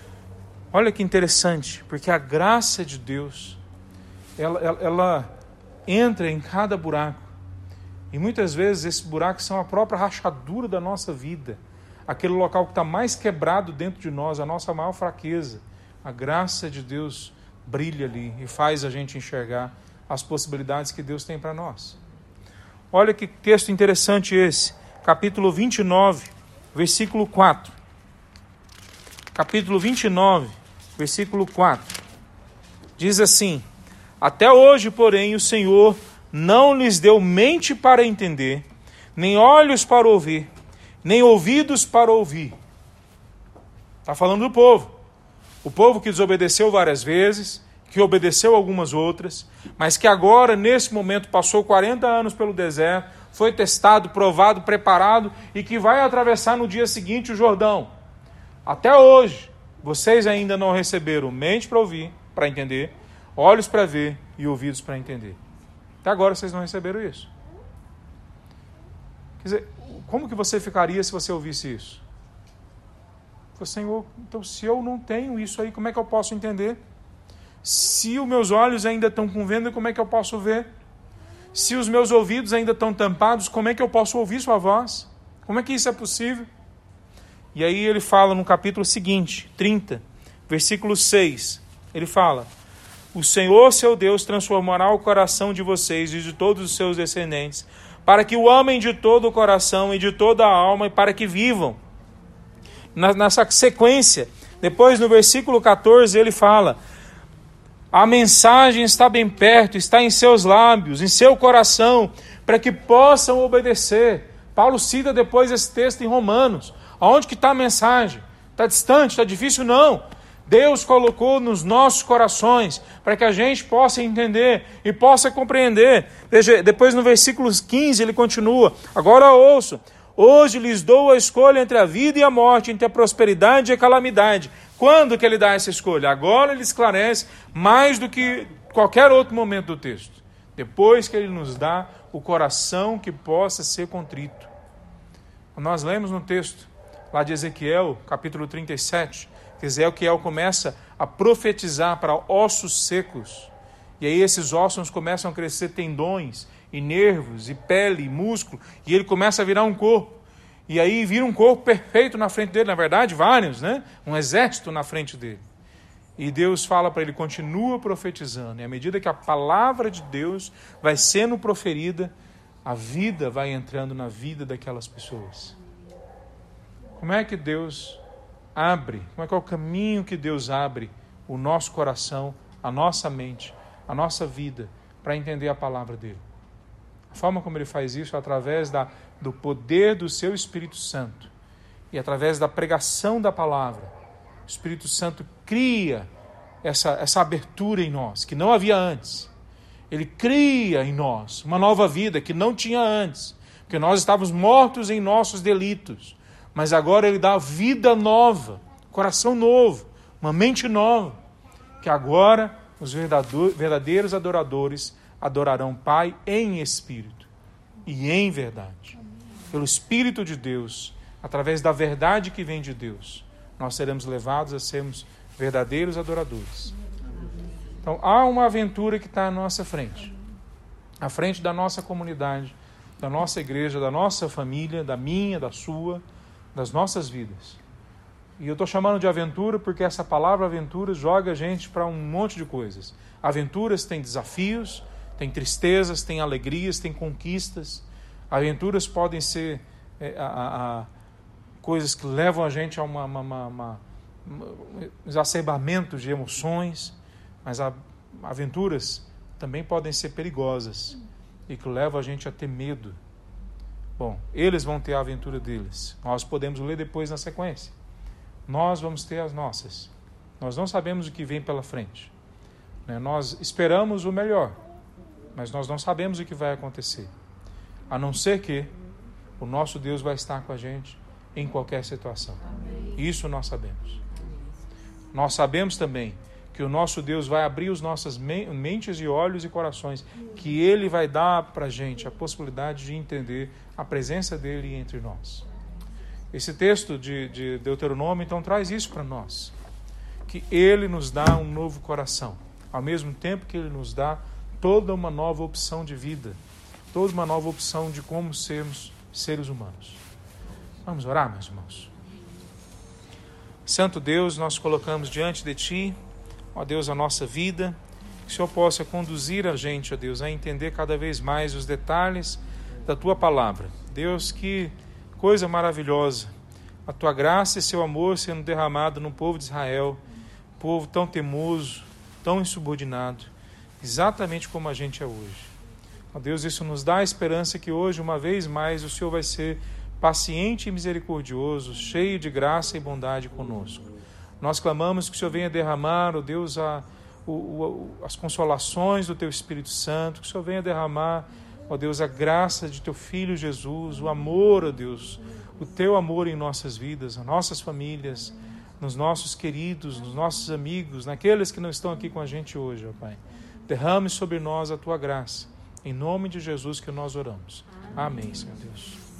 S1: Olha que interessante, porque a graça de Deus, ela entra em cada buraco. E muitas vezes esses buracos são a própria rachadura da nossa vida. Aquele local que está mais quebrado dentro de nós, a nossa maior fraqueza. A graça de Deus brilha ali e faz a gente enxergar as possibilidades que Deus tem para nós. Olha que texto interessante esse. Capítulo 29, versículo 4. Capítulo 29, versículo 4. Diz assim: até hoje, porém, o Senhor não lhes deu mente para entender, nem olhos para ouvir, nem ouvidos para ouvir. Está falando do povo. O povo que desobedeceu várias vezes, que obedeceu algumas outras, mas que agora, nesse momento, passou 40 anos pelo deserto, foi testado, provado, preparado e que vai atravessar no dia seguinte o Jordão. Até hoje, vocês ainda não receberam mente para ouvir, para entender, olhos para ver e ouvidos para entender. Até agora vocês não receberam isso. Quer dizer, como que você ficaria se você ouvisse isso? Senhor, então se eu não tenho isso aí, como é que eu posso entender? Se os meus olhos ainda estão com venda, como é que eu posso ver? Se os meus ouvidos ainda estão tampados, como é que eu posso ouvir sua voz? Como é que isso é possível? E aí ele fala no capítulo seguinte, 30, versículo 6, ele fala: o Senhor, seu Deus, transformará o coração de vocês e de todos os seus descendentes, para que o amem de todo o coração e de toda a alma e para que vivam. Nessa sequência, depois no versículo 14 ele fala: a mensagem está bem perto, está em seus lábios, em seu coração, para que possam obedecer. Paulo cita depois esse texto em Romanos. Aonde que está a mensagem? Está distante, está difícil? Não. Deus colocou nos nossos corações para que a gente possa entender e possa compreender. Veja, depois no versículo 15 ele continua: agora ouço, hoje lhes dou a escolha entre a vida e a morte, entre a prosperidade e a calamidade. Quando que ele dá essa escolha? Agora ele esclarece mais do que qualquer outro momento do texto. Depois que ele nos dá o coração que possa ser contrito. Nós lemos no texto lá de Ezequiel, capítulo 37, que Ezequiel começa a profetizar para ossos secos. E aí esses ossos começam a crescer tendões, e nervos, e pele, e músculo, e ele começa a virar um corpo. E aí vira um corpo perfeito na frente dele, na verdade, vários, né? Um exército na frente dele. E Deus fala para ele: continua profetizando. E à medida que a palavra de Deus vai sendo proferida, a vida vai entrando na vida daquelas pessoas. Como é que Deus abre, como é que é o caminho que Deus abre o nosso coração, a nossa mente, a nossa vida, para entender a palavra dele? A forma como ele faz isso é através do poder do seu Espírito Santo e através da pregação da palavra. O Espírito Santo cria essa abertura em nós, que não havia antes. Ele cria em nós uma nova vida que não tinha antes, porque nós estávamos mortos em nossos delitos. Mas agora ele dá vida nova, coração novo, uma mente nova, que agora os verdadeiros adoradores adorarão o Pai em espírito e em verdade. Pelo Espírito de Deus, através da verdade que vem de Deus, nós seremos levados a sermos verdadeiros adoradores. Então, há uma aventura que está à nossa frente, à frente da nossa comunidade, da nossa igreja, da nossa família, da minha, da sua, das nossas vidas. E eu estou chamando de aventura porque essa palavra aventura joga a gente para um monte de coisas. Aventuras têm desafios, tem tristezas, tem alegrias, tem conquistas. Aventuras podem ser coisas que levam a gente a um exacerbamento de emoções, mas aventuras também podem ser perigosas e que levam a gente a ter medo. Bom, eles vão ter a aventura deles. Nós podemos ler depois na sequência. Nós vamos ter as nossas. Nós não sabemos o que vem pela frente. Nós esperamos o melhor, mas nós não sabemos o que vai acontecer. A não ser que o nosso Deus vai estar com a gente em qualquer situação. Isso nós sabemos. Nós sabemos também que o nosso Deus vai abrir as nossas mentes e olhos e corações, que Ele vai dar para a gente a possibilidade de entender a presença dEle entre nós. Esse texto de Deuteronômio, então, traz isso para nós. que Ele nos dá um novo coração, ao mesmo tempo que Ele nos dá toda uma nova opção de vida, toda uma nova opção de como sermos seres humanos. Vamos orar, meus irmãos. Santo Deus, nós colocamos diante de Ti, ó Deus, a nossa vida, que o Senhor possa conduzir a gente, ó Deus, a entender cada vez mais os detalhes da Tua palavra. Deus, que coisa maravilhosa, a Tua graça e Seu amor sendo derramado no povo de Israel, povo tão teimoso, tão insubordinado, exatamente como a gente é hoje. Ó Deus, isso nos dá a esperança que hoje, uma vez mais, o Senhor vai ser paciente e misericordioso, cheio de graça e bondade conosco. Nós clamamos que o Senhor venha derramar, ó Deus, as consolações do Teu Espírito Santo, que o Senhor venha derramar, ó Deus, a graça de Teu Filho Jesus, o amor, ó Deus, o Teu amor em nossas vidas, nas nossas famílias, nos nossos queridos, nos nossos amigos, naqueles que não estão aqui com a gente hoje, ó Pai. Derrame sobre nós a Tua graça. Em nome de Jesus que nós oramos. Amém, Senhor Deus.